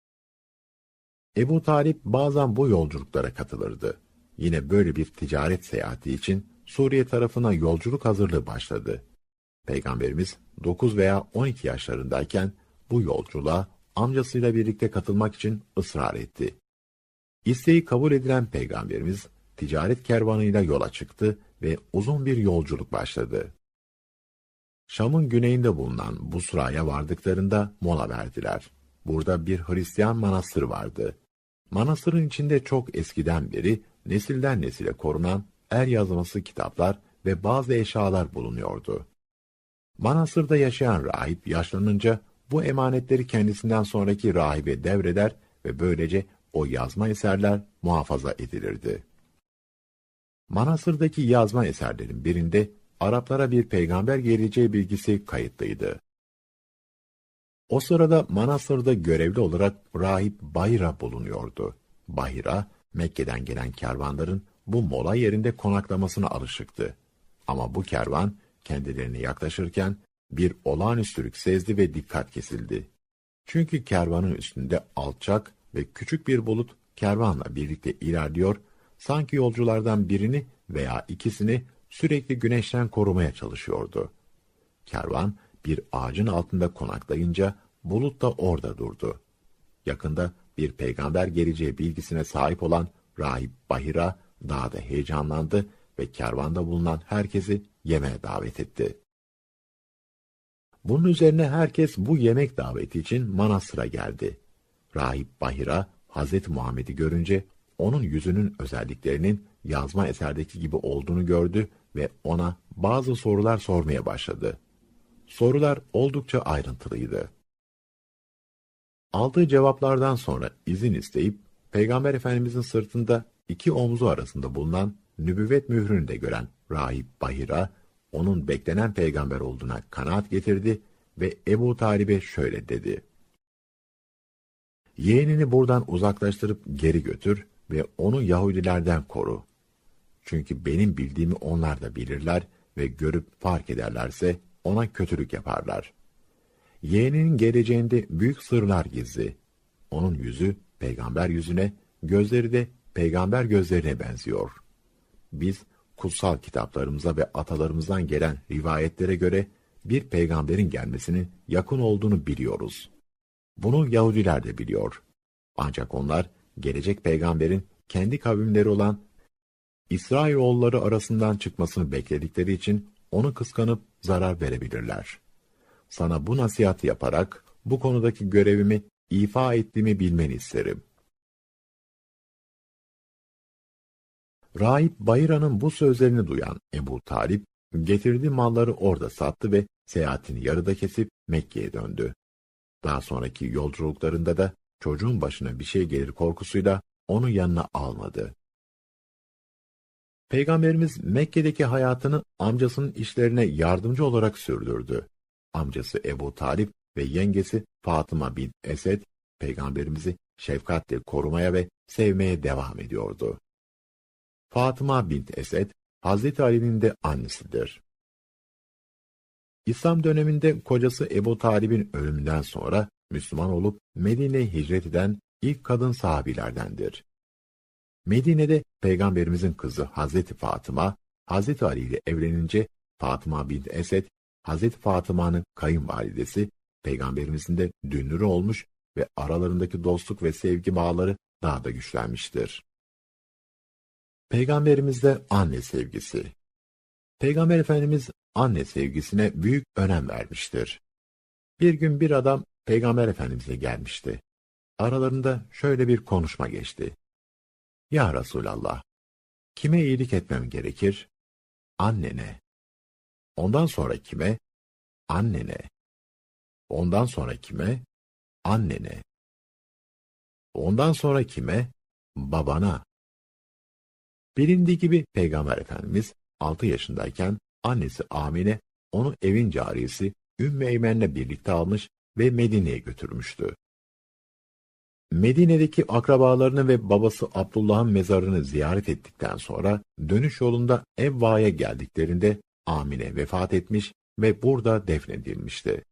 A: Ebu Talip bazen bu yolculuklara katılırdı. Yine böyle bir ticaret seyahati için Suriye tarafına yolculuk hazırlığı başladı. Peygamberimiz dokuz veya on iki yaşlarındayken bu yolculuğa amcasıyla birlikte katılmak için ısrar etti. İsteği kabul edilen Peygamberimiz ticaret kervanıyla yola çıktı ve uzun bir yolculuk başladı. Şam'ın güneyinde bulunan Busra'ya vardıklarında mola verdiler. Burada bir Hristiyan manastırı vardı. Manastırın içinde çok eskiden beri nesilden nesile korunan el yazması kitaplar ve bazı eşyalar bulunuyordu. Manastırda yaşayan rahip yaşlanınca bu emanetleri kendisinden sonraki rahibe devreder ve böylece o yazma eserler muhafaza edilirdi. Manastırdaki yazma eserlerin birinde Araplara bir peygamber geleceği bilgisi kayıtlıydı. O sırada manastırda görevli olarak rahip Bahira bulunuyordu. Bahira, Mekke'den gelen kervanların bu mola yerinde konaklamasına alışıktı. Ama bu kervan kendilerine yaklaşırken bir olağanüstülük sezdi ve dikkat kesildi. Çünkü kervanın üstünde alçak ve küçük bir bulut kervanla birlikte ilerliyor, sanki yolculardan birini veya ikisini sürekli güneşten korumaya çalışıyordu. Kervan bir ağacın altında konaklayınca bulut da orada durdu. Yakında bir peygamber geleceği bilgisine sahip olan rahip Bahira daha da heyecanlandı ve kervanda bulunan herkesi yemeğe davet etti. Bunun üzerine herkes bu yemek daveti için manastıra geldi. Rahip Bahira, Hazreti Muhammed'i görünce onun yüzünün özelliklerinin yazma eserdeki gibi olduğunu gördü ve ona bazı sorular sormaya başladı. Sorular oldukça ayrıntılıydı. Aldığı cevaplardan sonra izin isteyip, Peygamber Efendimizin sırtında iki omzu arasında bulunan nübüvvet mührünü de gören rahip Bahira, onun beklenen peygamber olduğuna kanaat getirdi ve Ebu Talib'e şöyle dedi: Yeğenini buradan uzaklaştırıp geri götür ve onu Yahudilerden koru. Çünkü benim bildiğimi onlar da bilirler ve görüp fark ederlerse ona kötülük yaparlar. Yeğeninin geleceğinde büyük sırlar gizli. Onun yüzü peygamber yüzüne, gözleri de peygamber gözlerine benziyor. Biz kutsal kitaplarımıza ve atalarımızdan gelen rivayetlere göre bir peygamberin gelmesinin yakın olduğunu biliyoruz. Bunu Yahudiler de biliyor. Ancak onlar gelecek peygamberin kendi kavimleri olan İsrailoğulları arasından çıkmasını bekledikleri için onu kıskanıp zarar verebilirler. Sana bu nasihatı yaparak bu konudaki görevimi ifa ettiğimi bilmeni isterim. Rahip Bahira'nın bu sözlerini duyan Ebu Talip, getirdiği malları orada sattı ve seyahatini yarıda kesip Mekke'ye döndü. Daha sonraki yolculuklarında da çocuğun başına bir şey gelir korkusuyla onu yanına almadı. Peygamberimiz Mekke'deki hayatını amcasının işlerine yardımcı olarak sürdürdü. Amcası Ebu Talip ve yengesi Fatıma bin Esed, Peygamberimizi şefkatle korumaya ve sevmeye devam ediyordu. Fatıma bint Esed, Hazreti Ali'nin de annesidir. İslam döneminde kocası Ebu Talib'in ölümünden sonra Müslüman olup Medine'ye hicret eden ilk kadın sahabilerdendir. Medine'de Peygamberimizin kızı Hazreti Fatıma, Hazreti Ali ile evlenince Fatıma bint Esed, Hazreti Fatıma'nın kayınvalidesi, Peygamberimizin de dünürü olmuş ve aralarındaki dostluk ve sevgi bağları daha da güçlenmiştir. Peygamberimizde anne sevgisi. Peygamber Efendimiz anne sevgisine büyük önem vermiştir. Bir gün bir adam Peygamber Efendimiz'e gelmişti. Aralarında şöyle bir konuşma geçti. Ya Resulallah, kime iyilik etmem gerekir? Annene. Ondan sonra kime? Annene. Ondan sonra kime? Annene. Ondan sonra kime? Babana. Bilindiği gibi Peygamber Efendimiz altı yaşındayken annesi Amine onu evin cariyesi Ümmü Eymen'le birlikte almış ve Medine'ye götürmüştü. Medine'deki akrabalarını ve babası Abdullah'ın mezarını ziyaret ettikten sonra dönüş yolunda Evva'ya geldiklerinde Amine vefat etmiş ve burada defnedilmişti.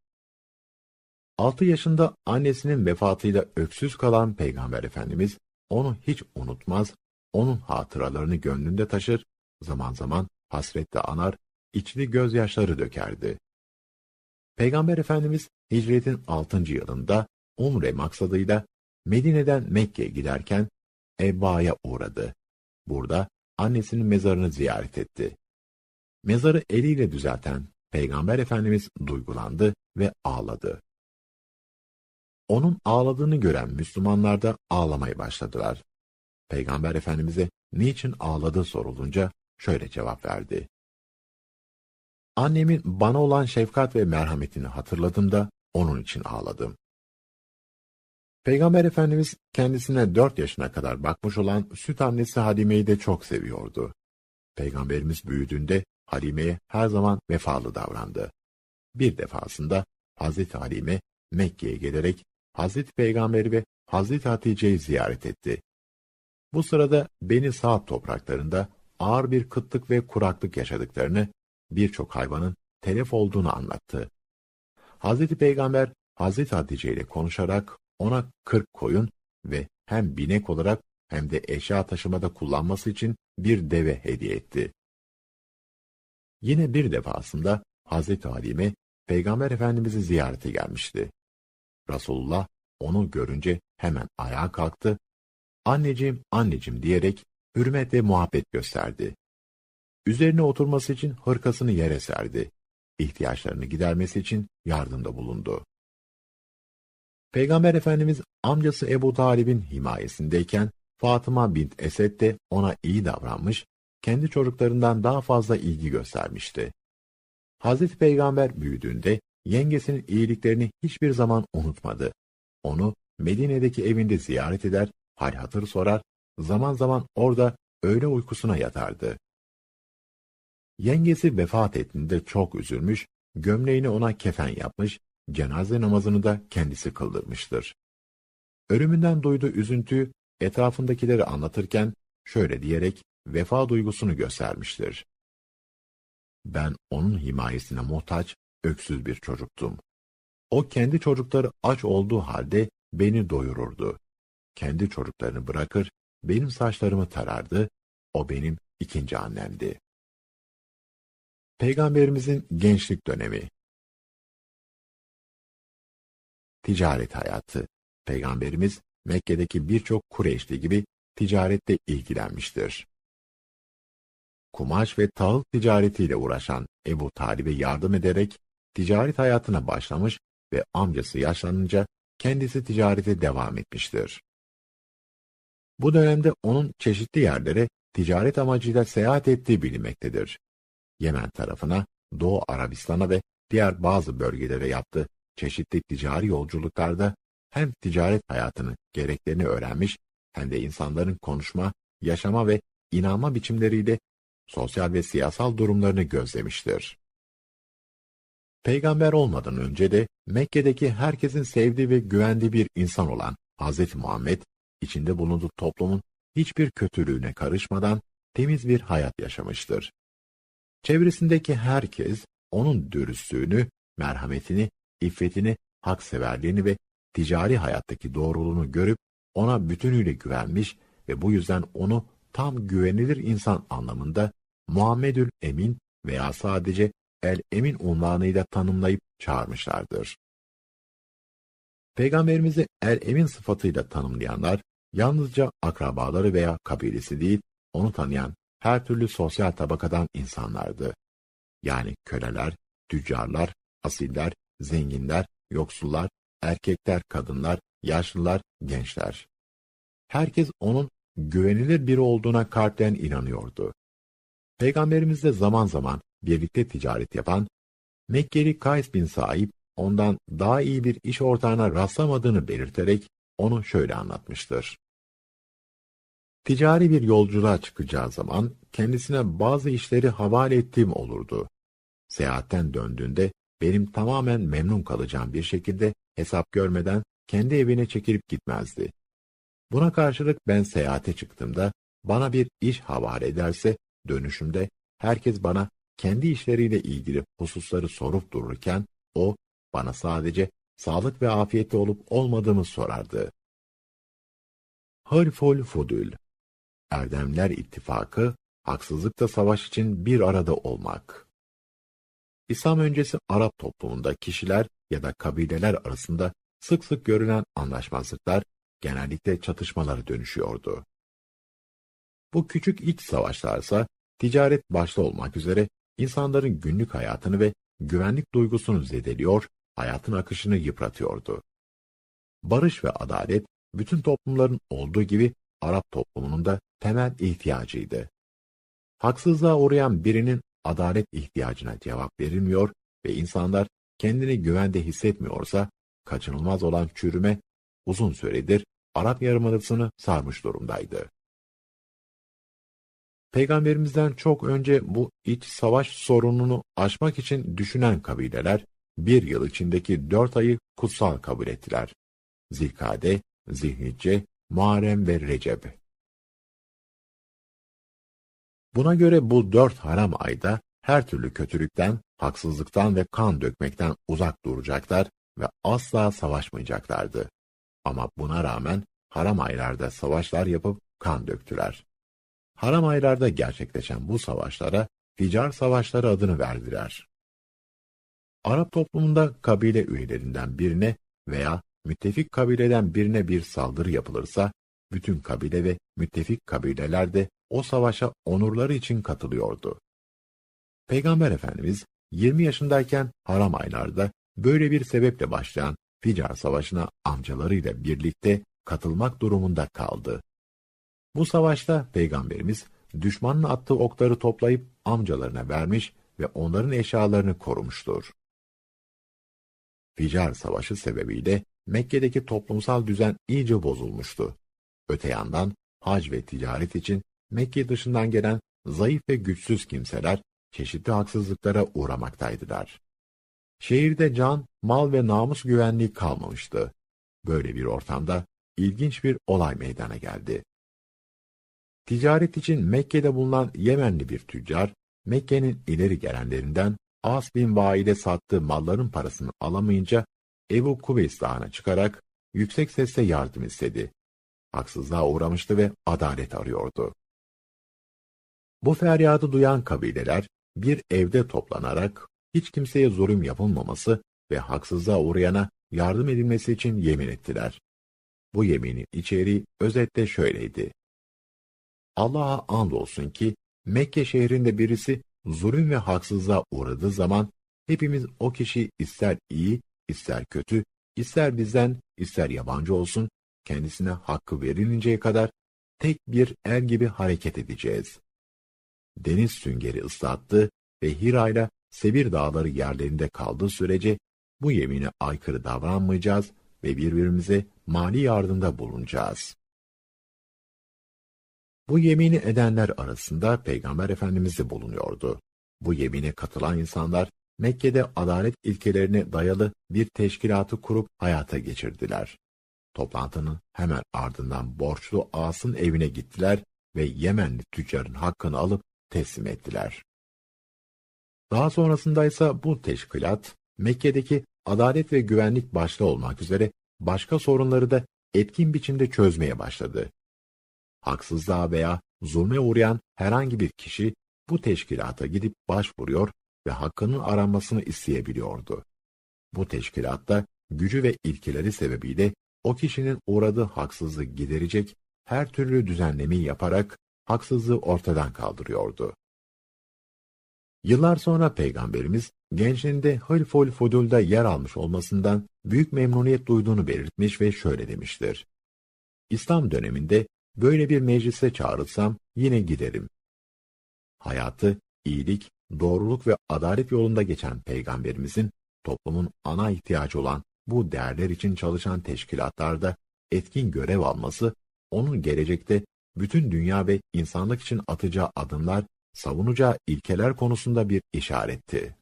A: Altı yaşında annesinin vefatıyla öksüz kalan Peygamber Efendimiz onu hiç unutmaz, onun hatıralarını gönlünde taşır, zaman zaman hasretle anar, içli gözyaşları dökerdi. Peygamber Efendimiz hicretin altıncı yılında Umre maksadıyla Medine'den Mekke'ye giderken Evva'ya uğradı. Burada annesinin mezarını ziyaret etti. Mezarı eliyle düzelten Peygamber Efendimiz duygulandı ve ağladı. Onun ağladığını gören Müslümanlar da ağlamaya başladılar. Peygamber Efendimiz'e niçin ağladığı sorulunca şöyle cevap verdi. Annemin bana olan şefkat ve merhametini hatırladım da onun için ağladım. Peygamber Efendimiz kendisine dört yaşına kadar bakmış olan süt annesi Halime'yi de çok seviyordu. Peygamberimiz büyüdüğünde Halime'ye her zaman vefalı davrandı. Bir defasında Hazreti Halime Mekke'ye gelerek Hazreti Peygamber'i ve Hazreti Hatice'yi ziyaret etti. Bu sırada Beni Sa'd topraklarında ağır bir kıtlık ve kuraklık yaşadıklarını, birçok hayvanın telef olduğunu anlattı. Hazreti Peygamber Hazreti Hatice ile konuşarak ona kırk koyun ve hem binek olarak hem de eşya taşımada kullanması için bir deve hediye etti. Yine bir defasında Hazreti Halime Peygamber Efendimiz'i ziyarete gelmişti. Resulullah onu görünce hemen ayağa kalktı, anneciğim anneciğim diyerek hürmet ve muhabbet gösterdi. Üzerine oturması için hırkasını yere serdi. İhtiyaçlarını gidermesi için yardımda bulundu. Peygamber Efendimiz amcası Ebu Talib'in himayesindeyken Fatıma bint Esed de ona iyi davranmış, kendi çocuklarından daha fazla ilgi göstermişti. Hazreti Peygamber büyüdüğünde yengesinin iyiliklerini hiçbir zaman unutmadı. Onu Medine'deki evinde ziyaret eder, hal hatır sorar, zaman zaman orada öğle uykusuna yatardı. Yengesi vefat ettiğinde çok üzülmüş, gömleğini ona kefen yapmış, cenaze namazını da kendisi kıldırmıştır. Ölümünden duyduğu üzüntüyü etrafındakileri anlatırken şöyle diyerek vefa duygusunu göstermiştir. Ben onun himayesine muhtaç, öksüz bir çocuktum. O kendi çocukları aç olduğu halde beni doyururdu. Kendi çocuklarını bırakır, benim saçlarımı tarardı, o benim ikinci annemdi. Peygamberimizin gençlik dönemi. Ticaret hayatı. Peygamberimiz Mekke'deki birçok Kureyşli gibi ticarette ilgilenmiştir. Kumaş ve tahıl ticaretiyle uğraşan Ebu Talib'e yardım ederek ticaret hayatına başlamış ve amcası yaşlanınca kendisi ticarete devam etmiştir. Bu dönemde onun çeşitli yerlere ticaret amacıyla seyahat ettiği bilinmektedir. Yemen tarafına, Doğu Arabistan'a ve diğer bazı bölgelere yaptığı çeşitli ticari yolculuklarda hem ticaret hayatının gereklerini öğrenmiş hem de insanların konuşma, yaşama ve inanma biçimleriyle sosyal ve siyasal durumlarını gözlemiştir. Peygamber olmadan önce de Mekke'deki herkesin sevdiği ve güvendiği bir insan olan Hazreti Muhammed, içinde bulunduğu toplumun hiçbir kötülüğüne karışmadan temiz bir hayat yaşamıştır. Çevresindeki herkes onun dürüstlüğünü, merhametini, iffetini, hakseverliğini ve ticari hayattaki doğruluğunu görüp ona bütünüyle güvenmiş ve bu yüzden onu tam güvenilir insan anlamında Muhammedül Emin veya sadece El Emin unvanıyla tanımlayıp çağırmışlardır. Peygamberimizi El Emin sıfatıyla tanımlayanlar yalnızca akrabaları veya kabilesi değil, onu tanıyan her türlü sosyal tabakadan insanlardı. Yani köleler, tüccarlar, asiller, zenginler, yoksullar, erkekler, kadınlar, yaşlılar, gençler. Herkes onun güvenilir biri olduğuna kalpten inanıyordu. Peygamberimiz de zaman zaman birlikte ticaret yapan Mekkeli Kays bin Saib ondan daha iyi bir iş ortağına rastlamadığını belirterek onu şöyle anlatmıştır. Ticari bir yolculuğa çıkacağı zaman kendisine bazı işleri havale ettiğim olurdu. Seyahatten döndüğünde benim tamamen memnun kalacağım bir şekilde hesap görmeden kendi evine çekilip gitmezdi. Buna karşılık ben seyahate çıktığımda bana bir iş havale ederse dönüşümde herkes bana kendi işleriyle ilgili hususları sorup dururken o bana sadece sağlık ve afiyette olup olmadığımı sorardı. Hılful Fudül, Erdemler İttifakı, haksızlıkla savaş için bir arada olmak. İslam öncesi Arap toplumunda kişiler ya da kabileler arasında sık sık görülen anlaşmazlıklar genellikle çatışmalara dönüşüyordu. Bu küçük iç savaşlarsa ticaret başta olmak üzere insanların günlük hayatını ve güvenlik duygusunu zedeliyor, hayatın akışını yıpratıyordu. Barış ve adalet bütün toplumların olduğu gibi Arap toplumunun da temel ihtiyacıydı. Haksızlığa uğrayan birinin adalet ihtiyacına cevap verilmiyor ve insanlar kendini güvende hissetmiyorsa kaçınılmaz olan çürüme uzun süredir Arap Yarımadası'nı sarmış durumdaydı. Peygamberimizden çok önce bu iç savaş sorununu aşmak için düşünen kabileler bir yıl içindeki dört ayı kutsal kabul ettiler. Zilkade, Zilhicce, Muharrem ve Recep. Buna göre bu dört haram ayda her türlü kötülükten, haksızlıktan ve kan dökmekten uzak duracaklar ve asla savaşmayacaklardı. Ama buna rağmen haram aylarda savaşlar yapıp kan döktüler. Haram aylarda gerçekleşen bu savaşlara Ficar Savaşları adını verdiler. Arap toplumunda kabile üyelerinden birine veya müttefik kabileden birine bir saldırı yapılırsa, bütün kabile ve müttefik kabileler de o savaşa onurları için katılıyordu. Peygamber Efendimiz yirmi yaşındayken haram aylarda böyle bir sebeple başlayan Ficar Savaşı'na amcalarıyla birlikte katılmak durumunda kaldı. Bu savaşta Peygamberimiz düşmanın attığı okları toplayıp amcalarına vermiş ve onların eşyalarını korumuştur. Ficar Savaşı sebebiyle Mekke'deki toplumsal düzen iyice bozulmuştu. Öte yandan hac ve ticaret için Mekke dışından gelen zayıf ve güçsüz kimseler çeşitli haksızlıklara uğramaktaydılar. Şehirde can, mal ve namus güvenliği kalmamıştı. Böyle bir ortamda ilginç bir olay meydana geldi. Ticaret için Mekke'de bulunan Yemenli bir tüccar, Mekke'nin ileri gelenlerinden As bin Vail'e sattığı malların parasını alamayınca Ebu Kubeys Dağı'na çıkarak yüksek sesle yardım istedi. Haksızlığa uğramıştı ve adalet arıyordu. Bu feryadı duyan kabileler bir evde toplanarak hiç kimseye zulüm yapılmaması ve haksızlığa uğrayana yardım edilmesi için yemin ettiler. Bu yeminin içeriği özetle şöyleydi. Allah'a andolsun ki Mekke şehrinde birisi zulüm ve haksızlığa uğradığı zaman hepimiz o kişi ister iyi, ister kötü, ister bizden, ister yabancı olsun, kendisine hakkı verilinceye kadar tek bir er gibi hareket edeceğiz. Deniz süngeri ıslattı ve Hira'yla Sebir dağları yerlerinde kaldığı sürece bu yemine aykırı davranmayacağız ve birbirimize mali yardımda bulunacağız. Bu yemini edenler arasında Peygamber Efendimiz de bulunuyordu. Bu yemine katılan insanlar Mekke'de adalet ilkelerine dayalı bir teşkilatı kurup hayata geçirdiler. Toplantının hemen ardından borçlu As'ın evine gittiler ve Yemenli tüccarın hakkını alıp teslim ettiler. Daha sonrasında ise bu teşkilat Mekke'deki adalet ve güvenlik başta olmak üzere başka sorunları da etkin biçimde çözmeye başladı. Haksızlığa veya zulme uğrayan herhangi bir kişi bu teşkilata gidip başvuruyor ve hakkının aranmasını isteyebiliyordu. Bu teşkilatta gücü ve ilkeleri sebebiyle o kişinin uğradığı haksızlığı giderecek her türlü düzenlemeyi yaparak haksızlığı ortadan kaldırıyordu. Yıllar sonra Peygamberimiz, gençliğinde Hılful Fudul'da yer almış olmasından büyük memnuniyet duyduğunu belirtmiş ve şöyle demiştir: İslam döneminde böyle bir meclise çağrılsam yine giderim. Hayatı, iyilik, doğruluk ve adalet yolunda geçen Peygamberimizin, toplumun ana ihtiyacı olan bu değerler için çalışan teşkilatlarda etkin görev alması, onun gelecekte bütün dünya ve insanlık için atacağı adımlar, savunacağı ilkeler konusunda bir işaretti.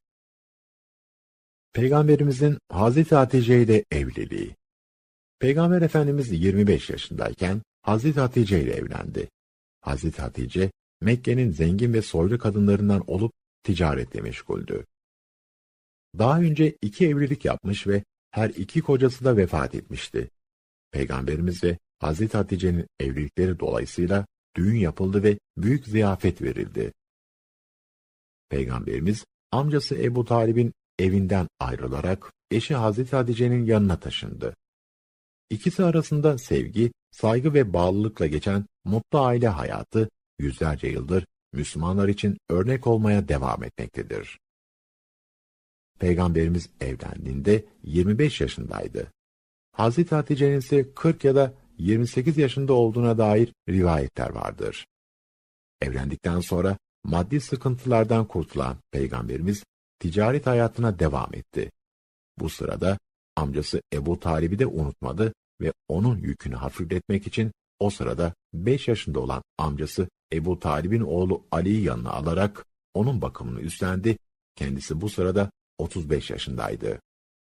A: Peygamberimizin Hazreti Hatice ile evliliği. Peygamber Efendimiz yirmi beş yaşındayken Hazreti Hatice ile evlendi. Hazreti Hatice, Mekke'nin zengin ve soylu kadınlarından olup ticaretle meşguldü. Daha önce iki evlilik yapmış ve her iki kocası da vefat etmişti. Peygamberimiz ve Hazreti Hatice'nin evlilikleri dolayısıyla düğün yapıldı ve büyük ziyafet verildi. Peygamberimiz, amcası Ebu Talib'in evinden ayrılarak eşi Hazreti Hatice'nin yanına taşındı. İkisi arasında sevgi, saygı ve bağlılıkla geçen mutlu aile hayatı, yüzlerce yıldır Müslümanlar için örnek olmaya devam etmektedir. Peygamberimiz evlendiğinde yirmi beş yaşındaydı. Hazreti Hatice'nin ise kırk ya da yirmi sekiz yaşında olduğuna dair rivayetler vardır. Evlendikten sonra maddi sıkıntılardan kurtulan Peygamberimiz ticaret hayatına devam etti. Bu sırada amcası Ebu Talib'i de unutmadı ve onun yükünü hafifletmek için o sırada beş yaşında olan amcası Ebu Talib'in oğlu Ali'yi yanına alarak onun bakımını üstlendi. Kendisi bu sırada otuz beş yaşındaydı.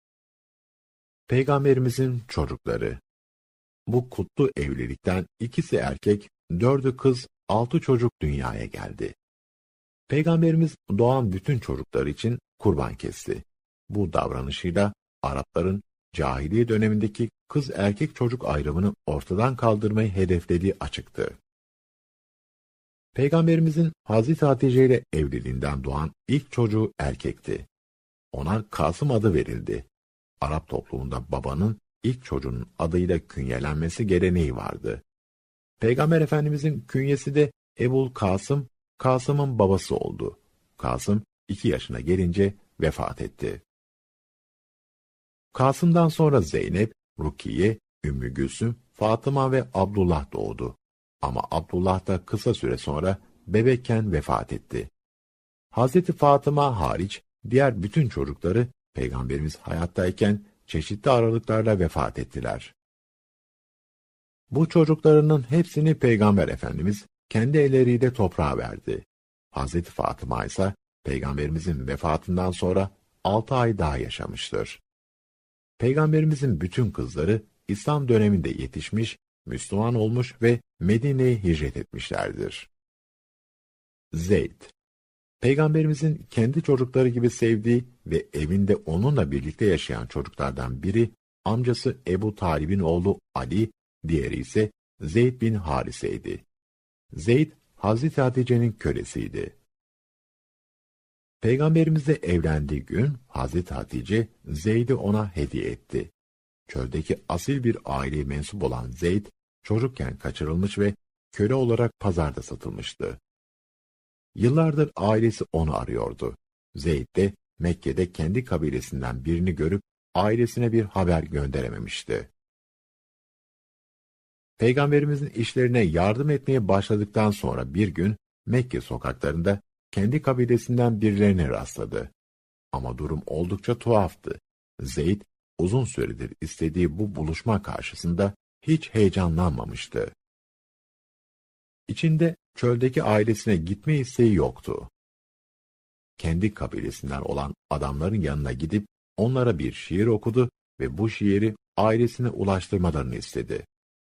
A: Peygamberimizin çocukları. Bu kutlu evlilikten ikisi erkek, dördü kız, altı çocuk dünyaya geldi. Peygamberimiz doğan bütün çocuklar için kurban kesti. Bu davranışıyla Arapların cahiliye dönemindeki kız erkek çocuk ayrımını ortadan kaldırmayı hedeflediği açıktı. Peygamberimizin Hazreti Hatice ile evliliğinden doğan ilk çocuğu erkekti. Ona Kasım adı verildi. Arap toplumunda babanın ilk çocuğunun adıyla künyelenmesi geleneği vardı. Peygamber Efendimizin künyesi de Ebul Kasım, Kasım'ın babası oldu. Kasım iki yaşına gelince vefat etti. Kasım'dan sonra Zeynep, Rukiye, Ümmü Gülsüm, Fatıma ve Abdullah doğdu. Ama Abdullah da kısa süre sonra bebekken vefat etti. Hazreti Fatıma hariç diğer bütün çocukları Peygamberimiz hayattayken çeşitli aralıklarla vefat ettiler. Bu çocuklarının hepsini Peygamber Efendimiz kendi elleriyle toprağa verdi. Hazreti Fatıma ise Peygamberimizin vefatından sonra altı ay daha yaşamıştır. Peygamberimizin bütün kızları İslam döneminde yetişmiş, Müslüman olmuş ve Medine'ye hicret etmişlerdir. Zeyd, Peygamberimizin kendi çocukları gibi sevdiği ve evinde onunla birlikte yaşayan çocuklardan biri, amcası Ebu Talib'in oğlu Ali, diğeri ise Zeyd bin Harise'ydi. Zeyd, Hazreti Hatice'nin kölesiydi. Peygamberimizle evlendiği gün Hazreti Hatice, Zeyd'i ona hediye etti. Çöldeki asil bir aileye mensup olan Zeyd, çocukken kaçırılmış ve köle olarak pazarda satılmıştı. Yıllardır ailesi onu arıyordu. Zeyd de Mekke'de kendi kabilesinden birini görüp ailesine bir haber gönderememişti. Peygamberimizin işlerine yardım etmeye başladıktan sonra bir gün Mekke sokaklarında kendi kabilesinden birilerine rastladı. Ama durum oldukça tuhaftı. Zeyd uzun süredir istediği bu buluşma karşısında hiç heyecanlanmamıştı. İçinde çöldeki ailesine gitme isteği yoktu. Kendi kabilesinden olan adamların yanına gidip onlara bir şiir okudu ve bu şiiri ailesine ulaştırmalarını istedi.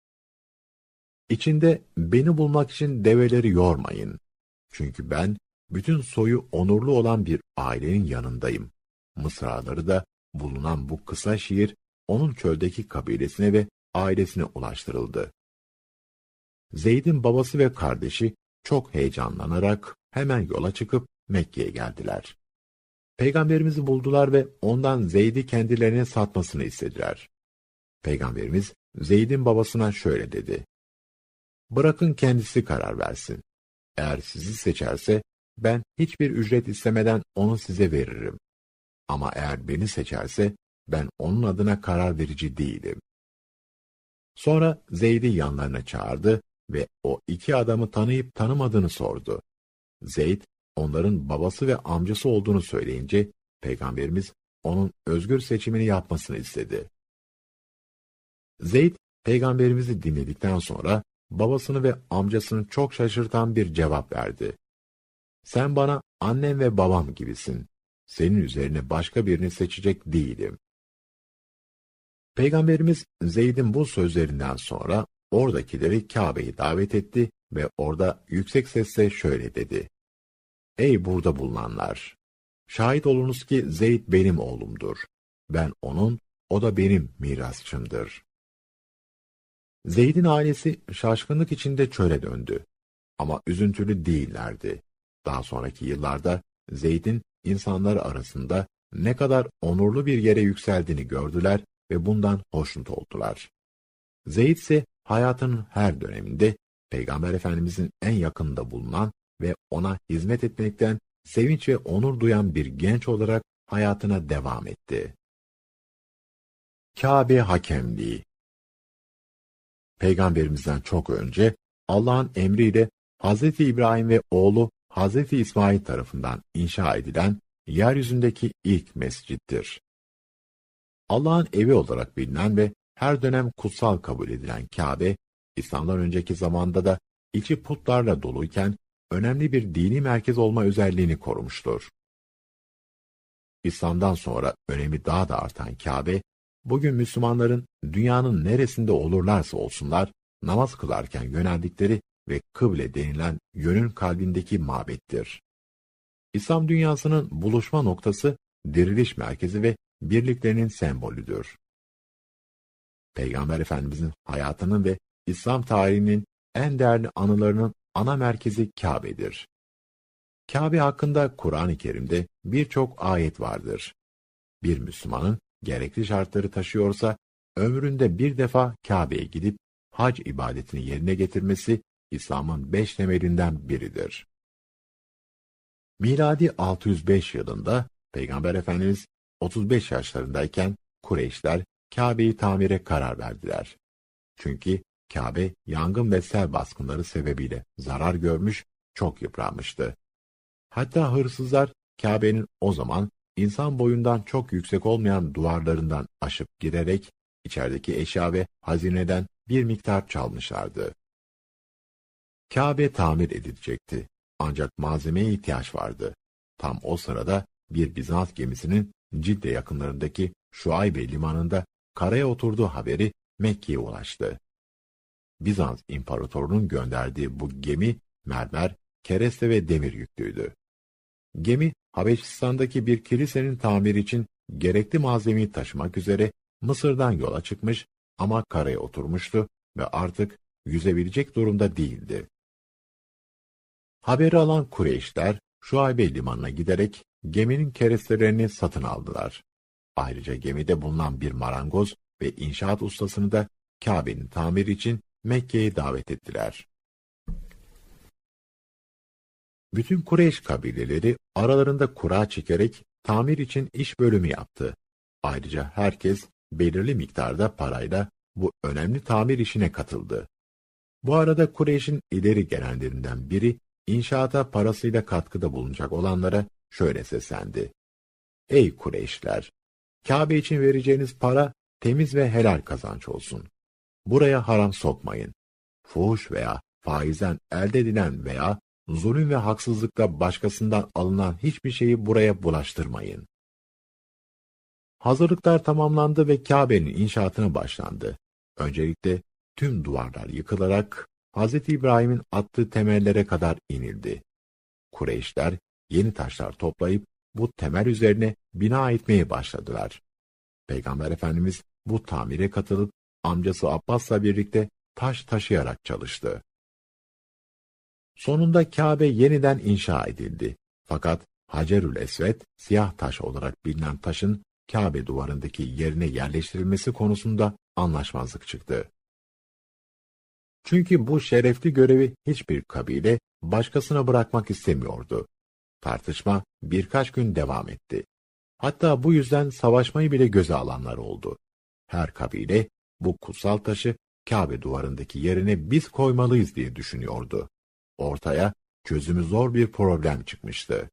A: İçinde beni bulmak için develeri yormayın. Çünkü ben bütün soyu onurlu olan bir ailenin yanındayım. Mısraları da bulunan bu kısa şiir onun çöldeki kabilesine ve ailesine ulaştırıldı. Zeyd'in babası ve kardeşi çok heyecanlanarak hemen yola çıkıp Mekke'ye geldiler. Peygamberimizi buldular ve ondan Zeyd'i kendilerine satmasını istediler. Peygamberimiz Zeyd'in babasına şöyle dedi: "Bırakın kendisi karar versin. Eğer sizi seçerse ben hiçbir ücret istemeden onu size veririm. Ama eğer beni seçerse, ben onun adına karar verici değilim. Sonra Zeyd'i yanlarına çağırdı ve o iki adamı tanıyıp tanımadığını sordu. Zeyd, onların babası ve amcası olduğunu söyleyince, Peygamberimiz onun özgür seçimini yapmasını istedi. Zeyd, Peygamberimizi dinledikten sonra, babasını ve amcasını çok şaşırtan bir cevap verdi. Sen bana annem ve babam gibisin. Senin üzerine başka birini seçecek değilim. Peygamberimiz Zeyd'in bu sözlerinden sonra oradakileri Kabe'ye davet etti ve orada yüksek sesle şöyle dedi. Ey burada bulunanlar! Şahit olunuz ki Zeyd benim oğlumdur. Ben onun, o da benim mirasçımdır. Zeyd'in ailesi şaşkınlık içinde çöle döndü. Ama üzüntülü değillerdi. Daha sonraki yıllarda Zeyd'in insanlar arasında ne kadar onurlu bir yere yükseldiğini gördüler ve bundan hoşnut oldular. Zeyd ise hayatının her döneminde Peygamber Efendimizin en yakınında bulunan ve ona hizmet etmekten sevinç ve onur duyan bir genç olarak hayatına devam etti. Kabe hakemliği. Peygamberimizden çok önce Allah'ın emriyle Hazreti İbrahim ve oğlu Hazreti İsmail tarafından inşa edilen yeryüzündeki ilk mescittir. Allah'ın evi olarak bilinen ve her dönem kutsal kabul edilen Kabe, İslam'dan önceki zamanda da içi putlarla doluyken önemli bir dini merkez olma özelliğini korumuştur. İslam'dan sonra önemi daha da artan Kabe, bugün Müslümanların dünyanın neresinde olurlarsa olsunlar, namaz kılarken yöneldikleri ve kıble denilen yönün kalbindeki mabettir. İslam dünyasının buluşma noktası, diriliş merkezi ve birliklerinin sembolüdür. Peygamber Efendimizin hayatının ve İslam tarihinin en değerli anılarının ana merkezi Kabe'dir. Kabe hakkında Kur'an-ı Kerim'de birçok ayet vardır. Bir Müslümanın gerekli şartları taşıyorsa, ömründe bir defa Kabe'ye gidip hac ibadetini yerine getirmesi, İslam'ın beş temelinden biridir. Miladi altı yüz beş yılında Peygamber Efendimiz otuz beş yaşlarındayken Kureyşler Kabe'yi tamire karar verdiler. Çünkü Kabe yangın ve sel baskınları sebebiyle zarar görmüş, çok yıpranmıştı. Hatta hırsızlar Kabe'nin o zaman insan boyundan çok yüksek olmayan duvarlarından aşıp girerek içerideki eşya ve hazineden bir miktar çalmışlardı. Kabe tamir edilecekti. Ancak malzemeye ihtiyaç vardı. Tam o sırada bir Bizans gemisinin Cidde yakınlarındaki Şuaybe limanında karaya oturduğu haberi Mekke'ye ulaştı. Bizans İmparatorluğu'nun gönderdiği bu gemi mermer, kereste ve demir yüklüydü. Gemi Habeşistan'daki bir kilisenin tamiri için gerekli malzemeyi taşımak üzere Mısır'dan yola çıkmış ama karaya oturmuştu ve artık yüzebilecek durumda değildi. Haberi alan Kureyşler Şuaybe limanına giderek geminin kerestelerini satın aldılar. Ayrıca gemide bulunan bir marangoz ve inşaat ustasını da Kabe'nin tamiri için Mekke'ye davet ettiler. Bütün Kureyş kabileleri aralarında kura çekerek tamir için iş bölümü yaptı. Ayrıca herkes belirli miktarda parayla bu önemli tamir işine katıldı. Bu arada Kureyş'in ileri gelenlerinden biri inşaata parasıyla katkıda bulunacak olanlara şöyle seslendi. Ey Kureyşler! Kabe için vereceğiniz para temiz ve helal kazanç olsun. Buraya haram sokmayın. Fuhuş veya faizden elde edilen veya zulüm ve haksızlıkla başkasından alınan hiçbir şeyi buraya bulaştırmayın. Hazırlıklar tamamlandı ve Kabe'nin inşaatına başlandı. Öncelikle tüm duvarlar yıkılarak Hazreti İbrahim'in attığı temellere kadar inildi. Kureyşler yeni taşlar toplayıp bu temel üzerine bina etmeye başladılar. Peygamber Efendimiz bu tamire katılıp amcası Abbas'la birlikte taş taşıyarak çalıştı. Sonunda Kabe yeniden inşa edildi. Fakat Hacerül Esved, siyah taş olarak bilinen taşın Kabe duvarındaki yerine yerleştirilmesi konusunda anlaşmazlık çıktı. Çünkü bu şerefli görevi hiçbir kabile başkasına bırakmak istemiyordu. Tartışma birkaç gün devam etti. Hatta bu yüzden savaşmayı bile göze alanlar oldu. Her kabile bu kutsal taşı Kabe duvarındaki yerine biz koymalıyız diye düşünüyordu. Ortaya çözümü zor bir problem çıkmıştı.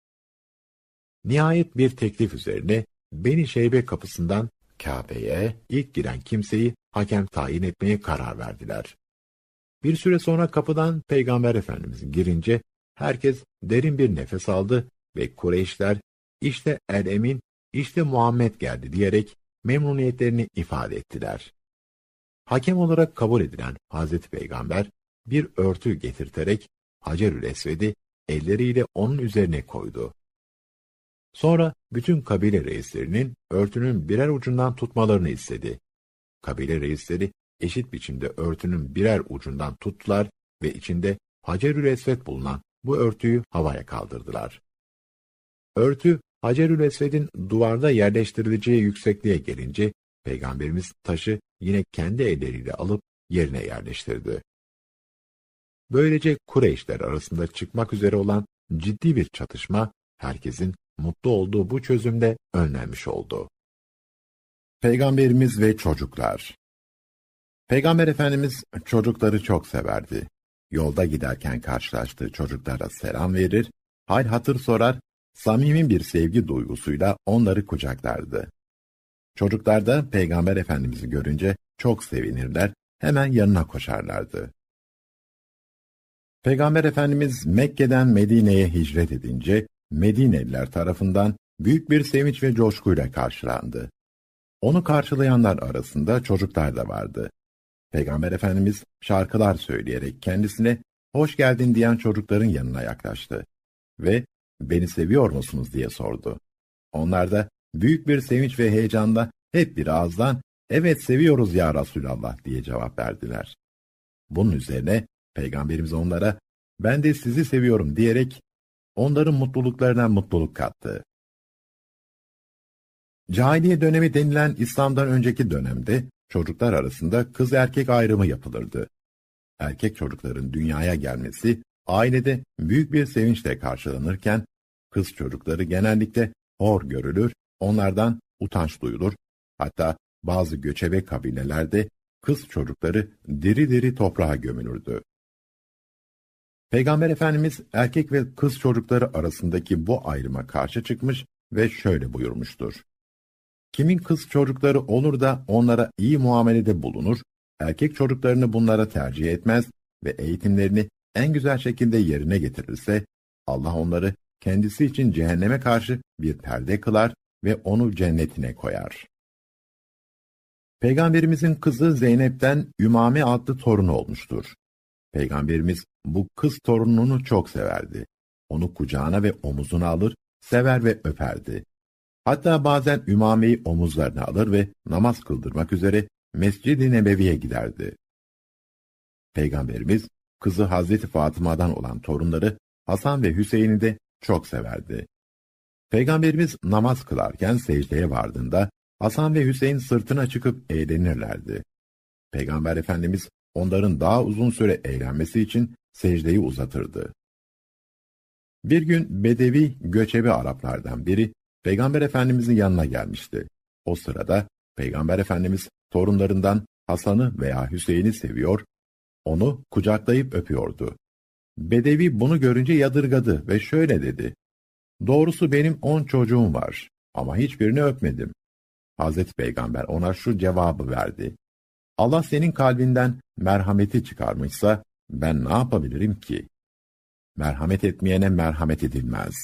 A: Nihayet bir teklif üzerine Beni Şeybe kapısından Kabe'ye ilk giren kimseyi hakem tayin etmeye karar verdiler. Bir süre sonra kapıdan Peygamber Efendimiz girince herkes derin bir nefes aldı ve Kureyşler işte El-Emin, işte Muhammed geldi diyerek memnuniyetlerini ifade ettiler. Hakem olarak kabul edilen Hazreti Peygamber bir örtü getirterek Hacerül Esved'i elleriyle onun üzerine koydu. Sonra bütün kabile reislerinin örtünün birer ucundan tutmalarını istedi. Kabile reisleri eşit biçimde örtünün birer ucundan tuttular ve içinde Hacerül Esved bulunan bu örtüyü havaya kaldırdılar. Örtü, Hacerül Esved'in duvarda yerleştirileceği yüksekliğe gelince, Peygamberimiz taşı yine kendi elleriyle alıp yerine yerleştirdi. Böylece Kureyşler arasında çıkmak üzere olan ciddi bir çatışma, herkesin mutlu olduğu bu çözümde önlenmiş oldu. Peygamberimiz ve çocuklar. Peygamber Efendimiz çocukları çok severdi. Yolda giderken karşılaştığı çocuklara selam verir, hal hatır sorar, samimi bir sevgi duygusuyla onları kucaklardı. Çocuklar da Peygamber Efendimiz'i görünce çok sevinirler, hemen yanına koşarlardı. Peygamber Efendimiz Mekke'den Medine'ye hicret edince, Medineliler tarafından büyük bir sevinç ve coşkuyla karşılandı. Onu karşılayanlar arasında çocuklar da vardı. Peygamber Efendimiz şarkılar söyleyerek kendisine hoş geldin diyen çocukların yanına yaklaştı ve beni seviyor musunuz diye sordu. Onlar da büyük bir sevinç ve heyecanla hep bir ağızdan evet seviyoruz ya Resulallah diye cevap verdiler. Bunun üzerine Peygamberimiz onlara ben de sizi seviyorum diyerek onların mutluluklarına mutluluk kattı. Cahiliye dönemi denilen İslam'dan önceki dönemde çocuklar arasında kız erkek ayrımı yapılırdı. Erkek çocukların dünyaya gelmesi ailede büyük bir sevinçle karşılanırken kız çocukları genellikle hor görülür, onlardan utanç duyulur. Hatta bazı göçebe kabilelerde kız çocukları diri diri toprağa gömülürdü. Peygamber Efendimiz erkek ve kız çocukları arasındaki bu ayrıma karşı çıkmış ve şöyle buyurmuştur. Kimin kız çocukları olur da onlara iyi muamelede bulunur, erkek çocuklarını bunlara tercih etmez ve eğitimlerini en güzel şekilde yerine getirirse, Allah onları kendisi için cehenneme karşı bir perde kılar ve onu cennetine koyar. Peygamberimizin kızı Zeynep'ten Ümame adlı torunu olmuştur. Peygamberimiz bu kız torununu çok severdi. Onu kucağına ve omuzuna alır, sever ve öperdi. Hatta bazen Ümame'yi omuzlarına alır ve namaz kıldırmak üzere Mescid-i Nebevi'ye giderdi. Peygamberimiz, kızı Hazreti Fatıma'dan olan torunları Hasan ve Hüseyin'i de çok severdi. Peygamberimiz namaz kılarken secdeye vardığında Hasan ve Hüseyin sırtına çıkıp eğlenirlerdi. Peygamber Efendimiz onların daha uzun süre eğlenmesi için secdeyi uzatırdı. Bir gün Bedevi göçebe Araplardan biri Peygamber Efendimizin yanına gelmişti. O sırada Peygamber Efendimiz torunlarından Hasan'ı veya Hüseyin'i seviyor, onu kucaklayıp öpüyordu. Bedevi bunu görünce yadırgadı ve şöyle dedi: "Doğrusu benim on çocuğum var ama hiçbirini öpmedim." Hazreti Peygamber ona şu cevabı verdi: "Allah senin kalbinden merhameti çıkarmışsa ben ne yapabilirim ki? Merhamet etmeyene merhamet edilmez."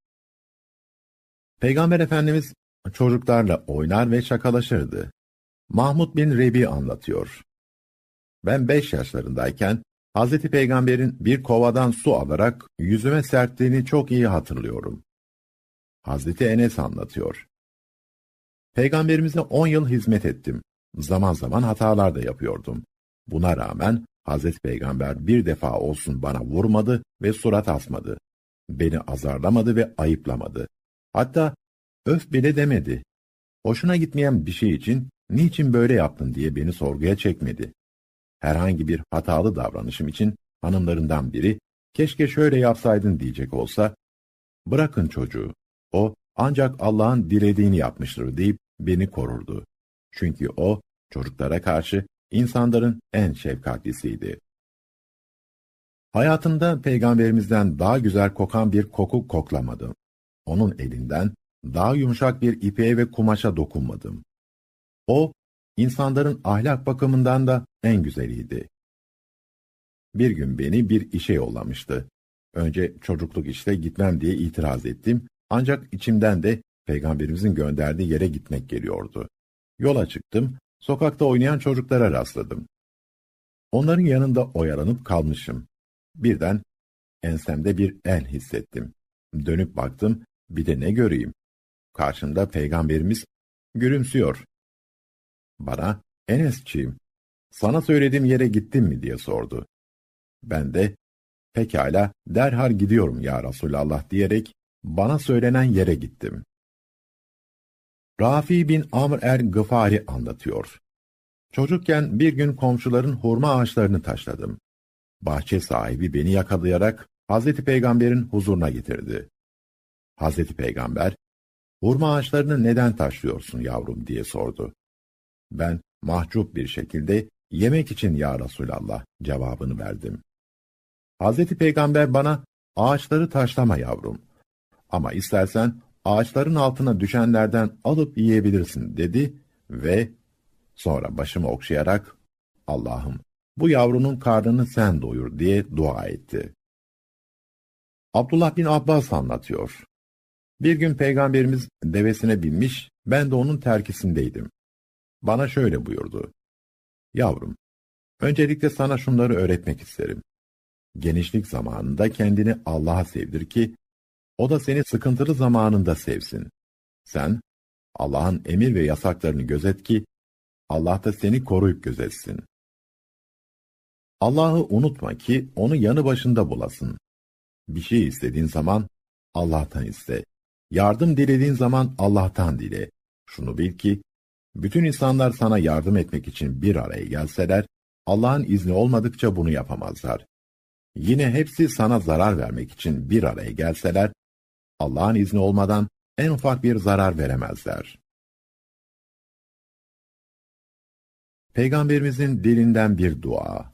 A: Peygamber Efendimiz çocuklarla oynar ve şakalaşırdı. Mahmud bin Rebi anlatıyor. Ben beş yaşlarındayken Hazreti Peygamber'in bir kovadan su alarak yüzüme serptiğini çok iyi hatırlıyorum. Hazreti Enes anlatıyor. Peygamberimize on yıl hizmet ettim. Zaman zaman hatalar da yapıyordum. Buna rağmen Hazreti Peygamber bir defa olsun bana vurmadı ve surat asmadı. Beni azarlamadı ve ayıplamadı. Hatta öf bile demedi. Hoşuna gitmeyen bir şey için niçin böyle yaptın diye beni sorguya çekmedi. Herhangi bir hatalı davranışım için hanımlarından biri keşke şöyle yapsaydın diyecek olsa, Bırakın çocuğu, o ancak Allah'ın dilediğini yapmıştır deyip beni korurdu. Çünkü o, çocuklara karşı insanların en şefkatlisiydi. Hayatımda Peygamberimizden daha güzel kokan bir koku koklamadım. Onun elinden daha yumuşak bir ipeğe ve kumaşa dokunmadım. O, insanların ahlak bakımından da en güzeliydi. Bir gün beni bir işe yollamıştı. Önce çocukluk işte gitmem diye itiraz ettim. Ancak içimden de Peygamberimizin gönderdiği yere gitmek geliyordu. Yola çıktım, sokakta oynayan çocuklara rastladım. Onların yanında oyalanıp kalmışım. Birden ensemde bir el hissettim. Dönüp baktım, bir de ne göreyim? Karşımda Peygamberimiz gülümsüyor. Bana, Enesçiğim, sana söylediğim yere gittin mi diye sordu. Ben de, pekala, derhal gidiyorum ya Resulallah diyerek, bana söylenen yere gittim. Rafi bin Amr el-Gıfari anlatıyor. Çocukken bir gün komşuların hurma ağaçlarını taşladım. Bahçe sahibi beni yakalayarak Hazreti Peygamber'in huzuruna getirdi. Hazreti Peygamber, hurma ağaçlarını neden taşlıyorsun yavrum diye sordu. Ben mahcup bir şekilde yemek için ya Resulallah cevabını verdim. Hazreti Peygamber bana ağaçları taşlama yavrum ama istersen ağaçların altına düşenlerden alıp yiyebilirsin dedi ve sonra başımı okşayarak Allah'ım bu yavrunun karnını sen doyur diye dua etti. Abdullah bin Abbas anlatıyor. Bir gün Peygamberimiz devesine binmiş, ben de onun terkisindeydim. Bana şöyle buyurdu. Yavrum, öncelikle sana şunları öğretmek isterim. Genişlik zamanında kendini Allah'a sevdir ki, o da seni sıkıntılı zamanında sevsin. Sen, Allah'ın emir ve yasaklarını gözet ki, Allah da seni koruyup gözetsin. Allah'ı unutma ki, onu yanı başında bulasın. Bir şey istediğin zaman, Allah'tan iste. Yardım dilediğin zaman Allah'tan dile. Şunu bil ki, bütün insanlar sana yardım etmek için bir araya gelseler, Allah'ın izni olmadıkça bunu yapamazlar. Yine hepsi sana zarar vermek için bir araya gelseler, Allah'ın izni olmadan en ufak bir zarar veremezler. Peygamberimizin dilinden bir dua.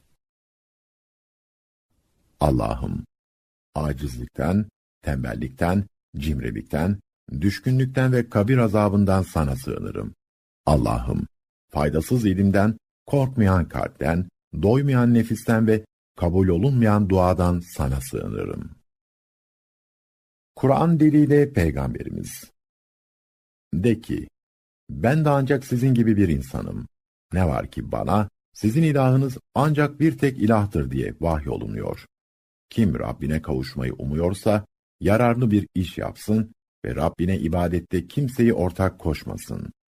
A: Allah'ım, acizlikten, tembellikten, cimrilikten, düşkünlükten ve kabir azabından sana sığınırım. Allah'ım, faydasız ilimden, korkmayan kalpten, doymayan nefisten ve kabul olunmayan duadan sana sığınırım. Kur'an diliyle Peygamberimiz. De ki, ben de ancak sizin gibi bir insanım. Ne var ki bana, sizin ilahınız ancak bir tek ilahtır diye vahyolunuyor. Kim Rabbine kavuşmayı umuyorsa, yararlı bir iş yapsın ve Rabbine ibadette kimseyi ortak koşmasın.